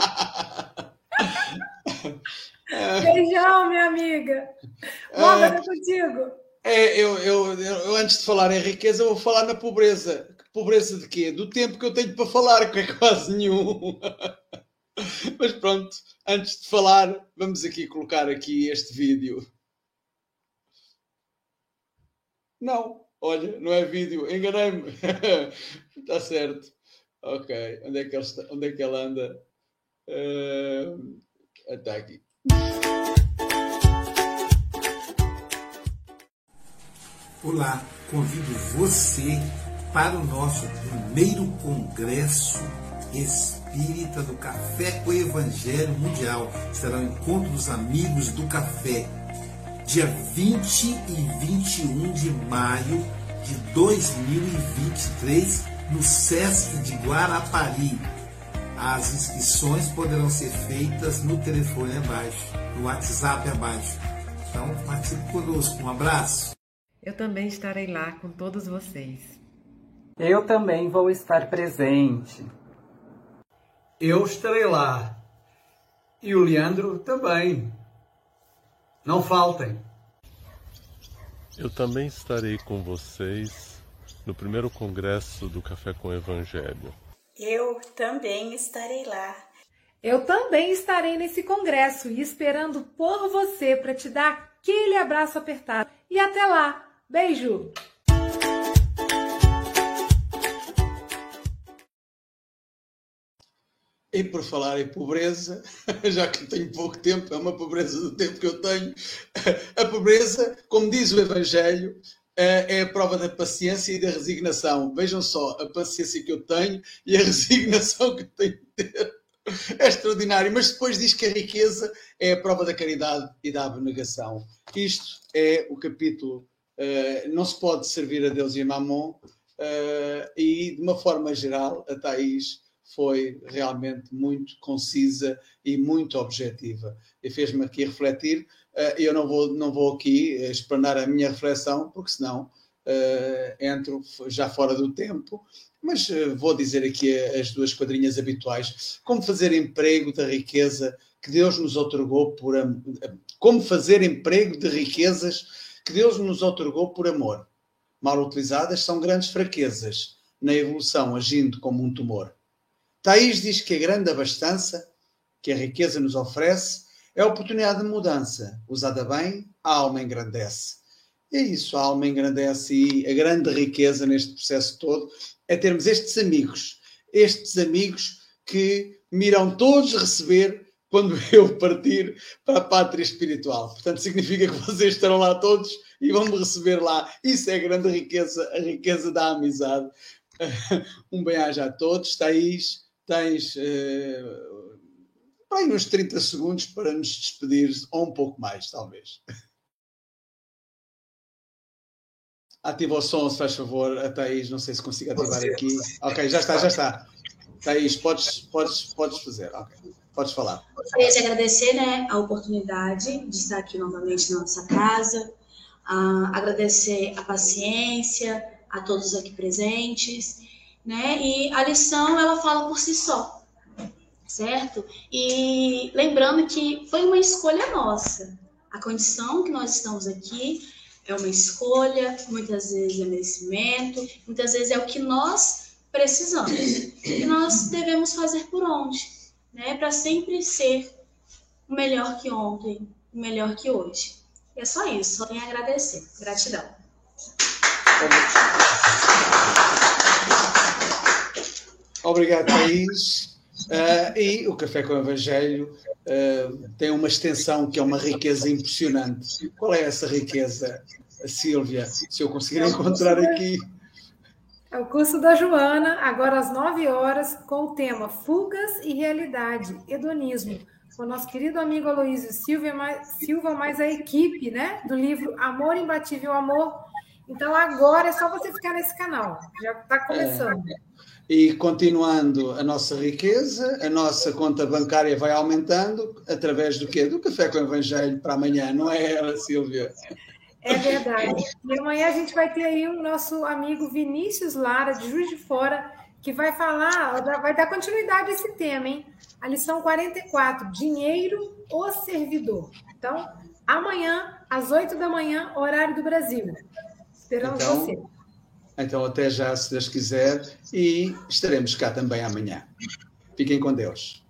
Beijão, minha amiga. Moga, é contigo. É, eu, eu, eu, antes de falar em riqueza, eu vou falar na pobreza. Pobreza de quê? Do tempo que eu tenho para falar, que é quase nenhum. Mas pronto, antes de falar, vamos aqui colocar aqui este vídeo. Não, olha, não é vídeo, enganei-me. Está certo. Ok, onde é que, ele está, onde é que ela anda? Uh, está aqui. Olá, convido você para o nosso primeiro congresso espírita do Café com o Evangelho Mundial. Será o encontro dos amigos do café, dia vinte e vinte e um de maio de dois mil e vinte e três, no Sesc de Guarapari. As inscrições poderão ser feitas no telefone abaixo, no WhatsApp abaixo. Então, participe conosco. Um abraço. Eu também estarei lá com todos vocês. Eu também vou estar presente. eu estarei lá. E o Leandro também. Não faltem. Eu também estarei com vocês no primeiro congresso do Café com o Evangelho. Eu também estarei lá. Eu também estarei nesse congresso e esperando por você para te dar aquele abraço apertado. E até lá. Beijo! E por falar em pobreza, já que tenho pouco tempo, é uma pobreza do tempo que eu tenho, a pobreza, como diz o Evangelho, é a prova da paciência e da resignação. Vejam só a paciência que eu tenho e a resignação que eu tenho de ter. É extraordinário, mas depois diz que a riqueza é a prova da caridade e da abnegação. Isto é o capítulo, uh, não se pode servir a Deus e a Mamon, uh, e de uma forma geral a Thaís foi realmente muito concisa e muito objetiva. E fez-me aqui refletir. Uh, eu não vou, não vou aqui explanar a minha reflexão, porque senão uh, entro já fora do tempo, mas uh, vou dizer aqui as duas quadrinhas habituais. Como fazer emprego da riqueza que Deus nos outorgou por am... Como fazer emprego de riquezas que Deus nos outorgou por amor. Mal utilizadas são grandes fraquezas na evolução, agindo como um tumor. Thaís diz que a grande abastança que a riqueza nos oferece é a oportunidade de mudança. Usada bem, a alma engrandece. É isso, a alma engrandece, e a grande riqueza neste processo todo é termos estes amigos, estes amigos que me irão todos receber quando eu partir para a pátria espiritual. Portanto, significa que vocês estarão lá todos e vão me receber lá. Isso é a grande riqueza, a riqueza da amizade. Um bem-aja a todos. Thaís, tens uh, para aí uns trinta segundos para nos despedir, ou um pouco mais, talvez. Ativa o som, se faz favor, a Thaís, não sei se consigo ativar aqui. Ok, já está, já está. Thaís, podes, podes, podes fazer, ok. Podes falar. Gostaria de agradecer, né, a oportunidade de estar aqui novamente na nossa casa, uh, agradecer a paciência, a todos aqui presentes, né, e a lição, ela fala por si só, certo? E lembrando que foi uma escolha nossa. A condição que nós estamos aqui é uma escolha, muitas vezes é merecimento, muitas vezes é o que nós precisamos. E nós devemos fazer por onde? Né, para sempre ser o melhor que ontem, o melhor que hoje. E é só isso, só tenho a agradecer. Gratidão. Obrigado, Thaís. Uh, e o Café com o Evangelho uh, tem uma extensão que é uma riqueza impressionante. Qual é essa riqueza, Sílvia? Se eu conseguir encontrar aqui... É o curso da Joana, agora às nove horas, com o tema Fugas e Realidade, Hedonismo, com o nosso querido amigo Aloysio Silva, mais, Silva, mais a equipe, né, do livro Amor Imbatível Amor. Então agora é só você ficar nesse canal, já está começando. É. E continuando a nossa riqueza, a nossa conta bancária vai aumentando através do quê? Do Café com o Evangelho para amanhã, não é, Sílvia? É verdade. E amanhã a gente vai ter aí o nosso amigo Vinícius Lara, de Juiz de Fora, que vai falar, vai dar continuidade a esse tema, hein? A lição quarenta e quatro, Dinheiro ou Servidor. Então, amanhã, às oito da manhã, horário do Brasil. Esperamos então, você. Então, até já, se Deus quiser, e estaremos cá também amanhã. Fiquem com Deus.